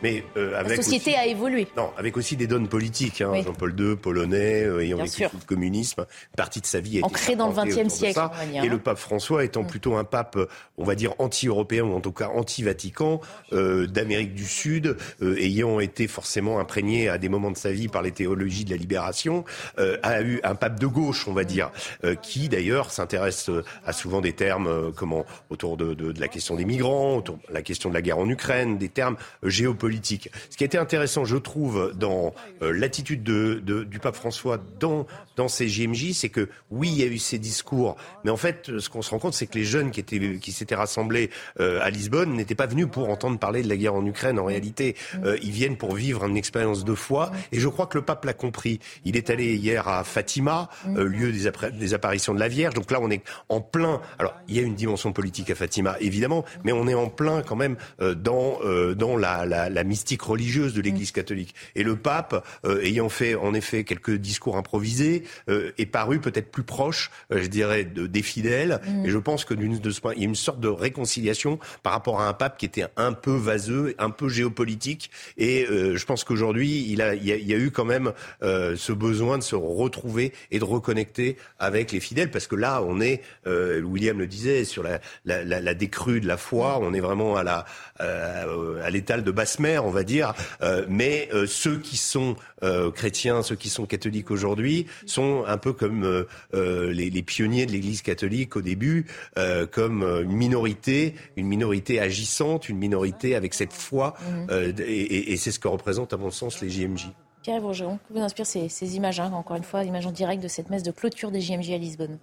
Mais la société aussi, a évolué. Non, avec aussi des donnes politiques. Oui. Jean-Paul II, polonais, ayant Bien vécu sûr. sous le communisme, une partie de sa vie a été ancré dans le XXe siècle. On va dire, et le pape François étant plutôt un pape, on va dire, anti-européen ou en tout cas anti-Vatican, d'Amérique du Sud, ayant été forcément imprégné à des moments de sa vie par les théologies de la libération, a eu un pape de gauche, on va dire, qui d'ailleurs s'intéresse à souvent des termes autour de la question des migrants, autour de la question de la guerre en Ukraine, des termes géopolitiques. Ce qui a été intéressant, je trouve, dans l'attitude du pape François dans ces JMJ, c'est que oui, il y a eu ces discours, mais en fait, ce qu'on se rend compte, c'est que les jeunes qui s'étaient rassemblés à Lisbonne n'étaient pas venus pour entendre parler de la guerre en Ukraine. En réalité, ils viennent pour vivre une expérience de foi, et je crois que le pape l'a compris. Il est allé hier à Fatima, lieu des apparitions de la Vierge. Donc là, on est en plein. Alors, il y a une dimension politique à Fatima, évidemment, mais on est en plein quand même dans la mystique religieuse de l'Église catholique. Et le pape, ayant fait en effet quelques discours improvisés, est paru peut-être plus proche, je dirais, des fidèles. Et je pense que de ce point, il y a une sorte de réconciliation par rapport à un pape qui était un peu vaseux, un peu géopolitique. Et je pense qu'aujourd'hui, il y a eu quand même ce besoin de se retrouver et de reconnecter avec les fidèles, parce que là, on est, William le disait, sur la décrue de la foi. On est vraiment à l'étal de basse mer, on va dire. Mais ceux qui sont chrétiens, ceux qui sont catholiques aujourd'hui, sont un peu comme les pionniers de l'Église catholique au début, comme une minorité agissante, une minorité avec cette foi, et c'est ce que représentent à mon sens les JMJ. Pierre Bourgeron, que vous inspirent ces images, encore une fois, images en direct de cette messe de clôture des JMJ à Lisbonne?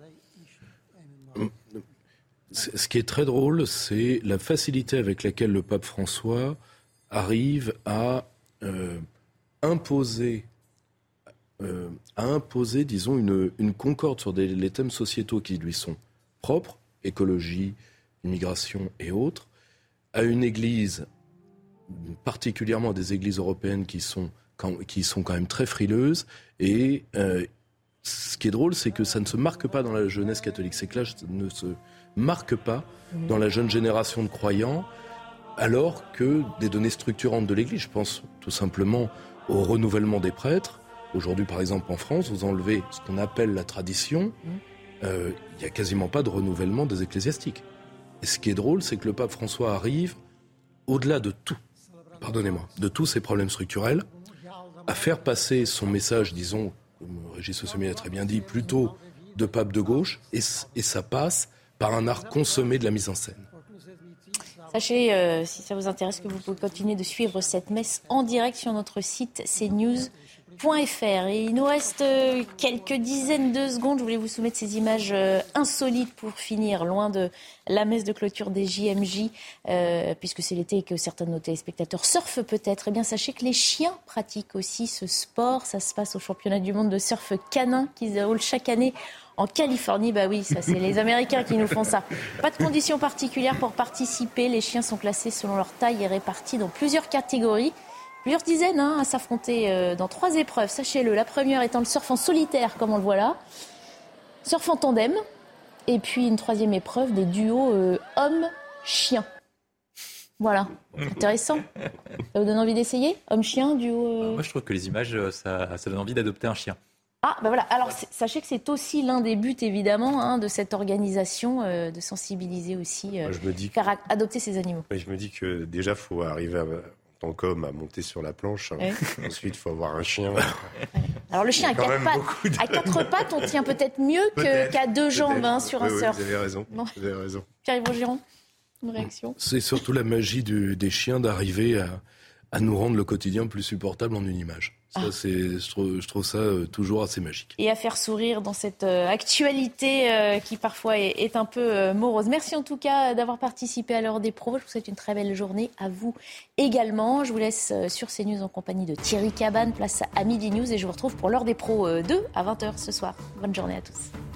Ce qui est très drôle, c'est la facilité avec laquelle le pape François arrive à imposer, disons, une concorde sur les thèmes sociétaux qui lui sont propres, écologie, immigration et autres, à une église, particulièrement des églises européennes qui sont quand même très frileuses. Et ce qui est drôle, c'est que ça ne se marque pas dans la jeunesse catholique. C'est que là, ça ne se marque pas dans la jeune génération de croyants, alors que des données structurantes de l'Église, je pense tout simplement au renouvellement des prêtres. Aujourd'hui, par exemple, en France, vous enlevez ce qu'on appelle la tradition, il n'y a quasiment pas de renouvellement des ecclésiastiques. Et ce qui est drôle, c'est que le pape François arrive, au-delà de tous ces problèmes structurels, à faire passer son message, disons, comme Régis Sommier l'a très bien dit, plutôt de pape de gauche, et ça passe par un art consommé de la mise en scène. Sachez, si ça vous intéresse, que vous pouvez continuer de suivre cette messe en direct sur notre site cnews.fr. Et il nous reste quelques dizaines de secondes. Je voulais vous soumettre ces images insolites pour finir, loin de la messe de clôture des JMJ, puisque c'est l'été et que certains de nos téléspectateurs surfent peut-être. Eh bien, sachez que les chiens pratiquent aussi ce sport. Ça se passe au championnat du monde de surf canin qui se déroule chaque année en Californie. Bah oui, ça c'est les Américains qui nous font ça. Pas de conditions particulières pour participer. Les chiens sont classés selon leur taille et répartis dans plusieurs catégories. Plusieurs dizaines à s'affronter dans 3 épreuves, sachez-le. La première étant le surf en solitaire, comme on le voit là. Surf en tandem. Et puis une 3e épreuve, des duos homme-chien. Voilà, intéressant. Ça vous donne envie d'essayer? Homme-chien, duo... Moi je trouve que les images, ça donne envie d'adopter un chien. Ah, ben voilà. Alors, sachez que c'est aussi l'un des buts, évidemment, de cette organisation, de sensibiliser aussi, faire adopter ces animaux. Je me dis que déjà, il faut arriver en tant qu'homme à monter sur la planche. Ouais. Ensuite, il faut avoir un chien. Alors, le chien à 4 pattes, on tient peut-être mieux qu'à 2 jambes sur un surf. Vous avez raison. Bon. Vous avez raison. Pierre-Yves Giron, une réaction? C'est surtout la magie des chiens d'arriver à nous rendre le quotidien plus supportable en une image. Ça, je trouve ça toujours assez magique. Et à faire sourire dans cette actualité qui parfois est un peu morose. Merci en tout cas d'avoir participé à l'heure des pros. Je vous souhaite une très belle journée à vous également. Je vous laisse sur CNews en compagnie de Thierry Cabane, place à Midi News. Et je vous retrouve pour l'heure des pros 2 à 20h ce soir. Bonne journée à tous.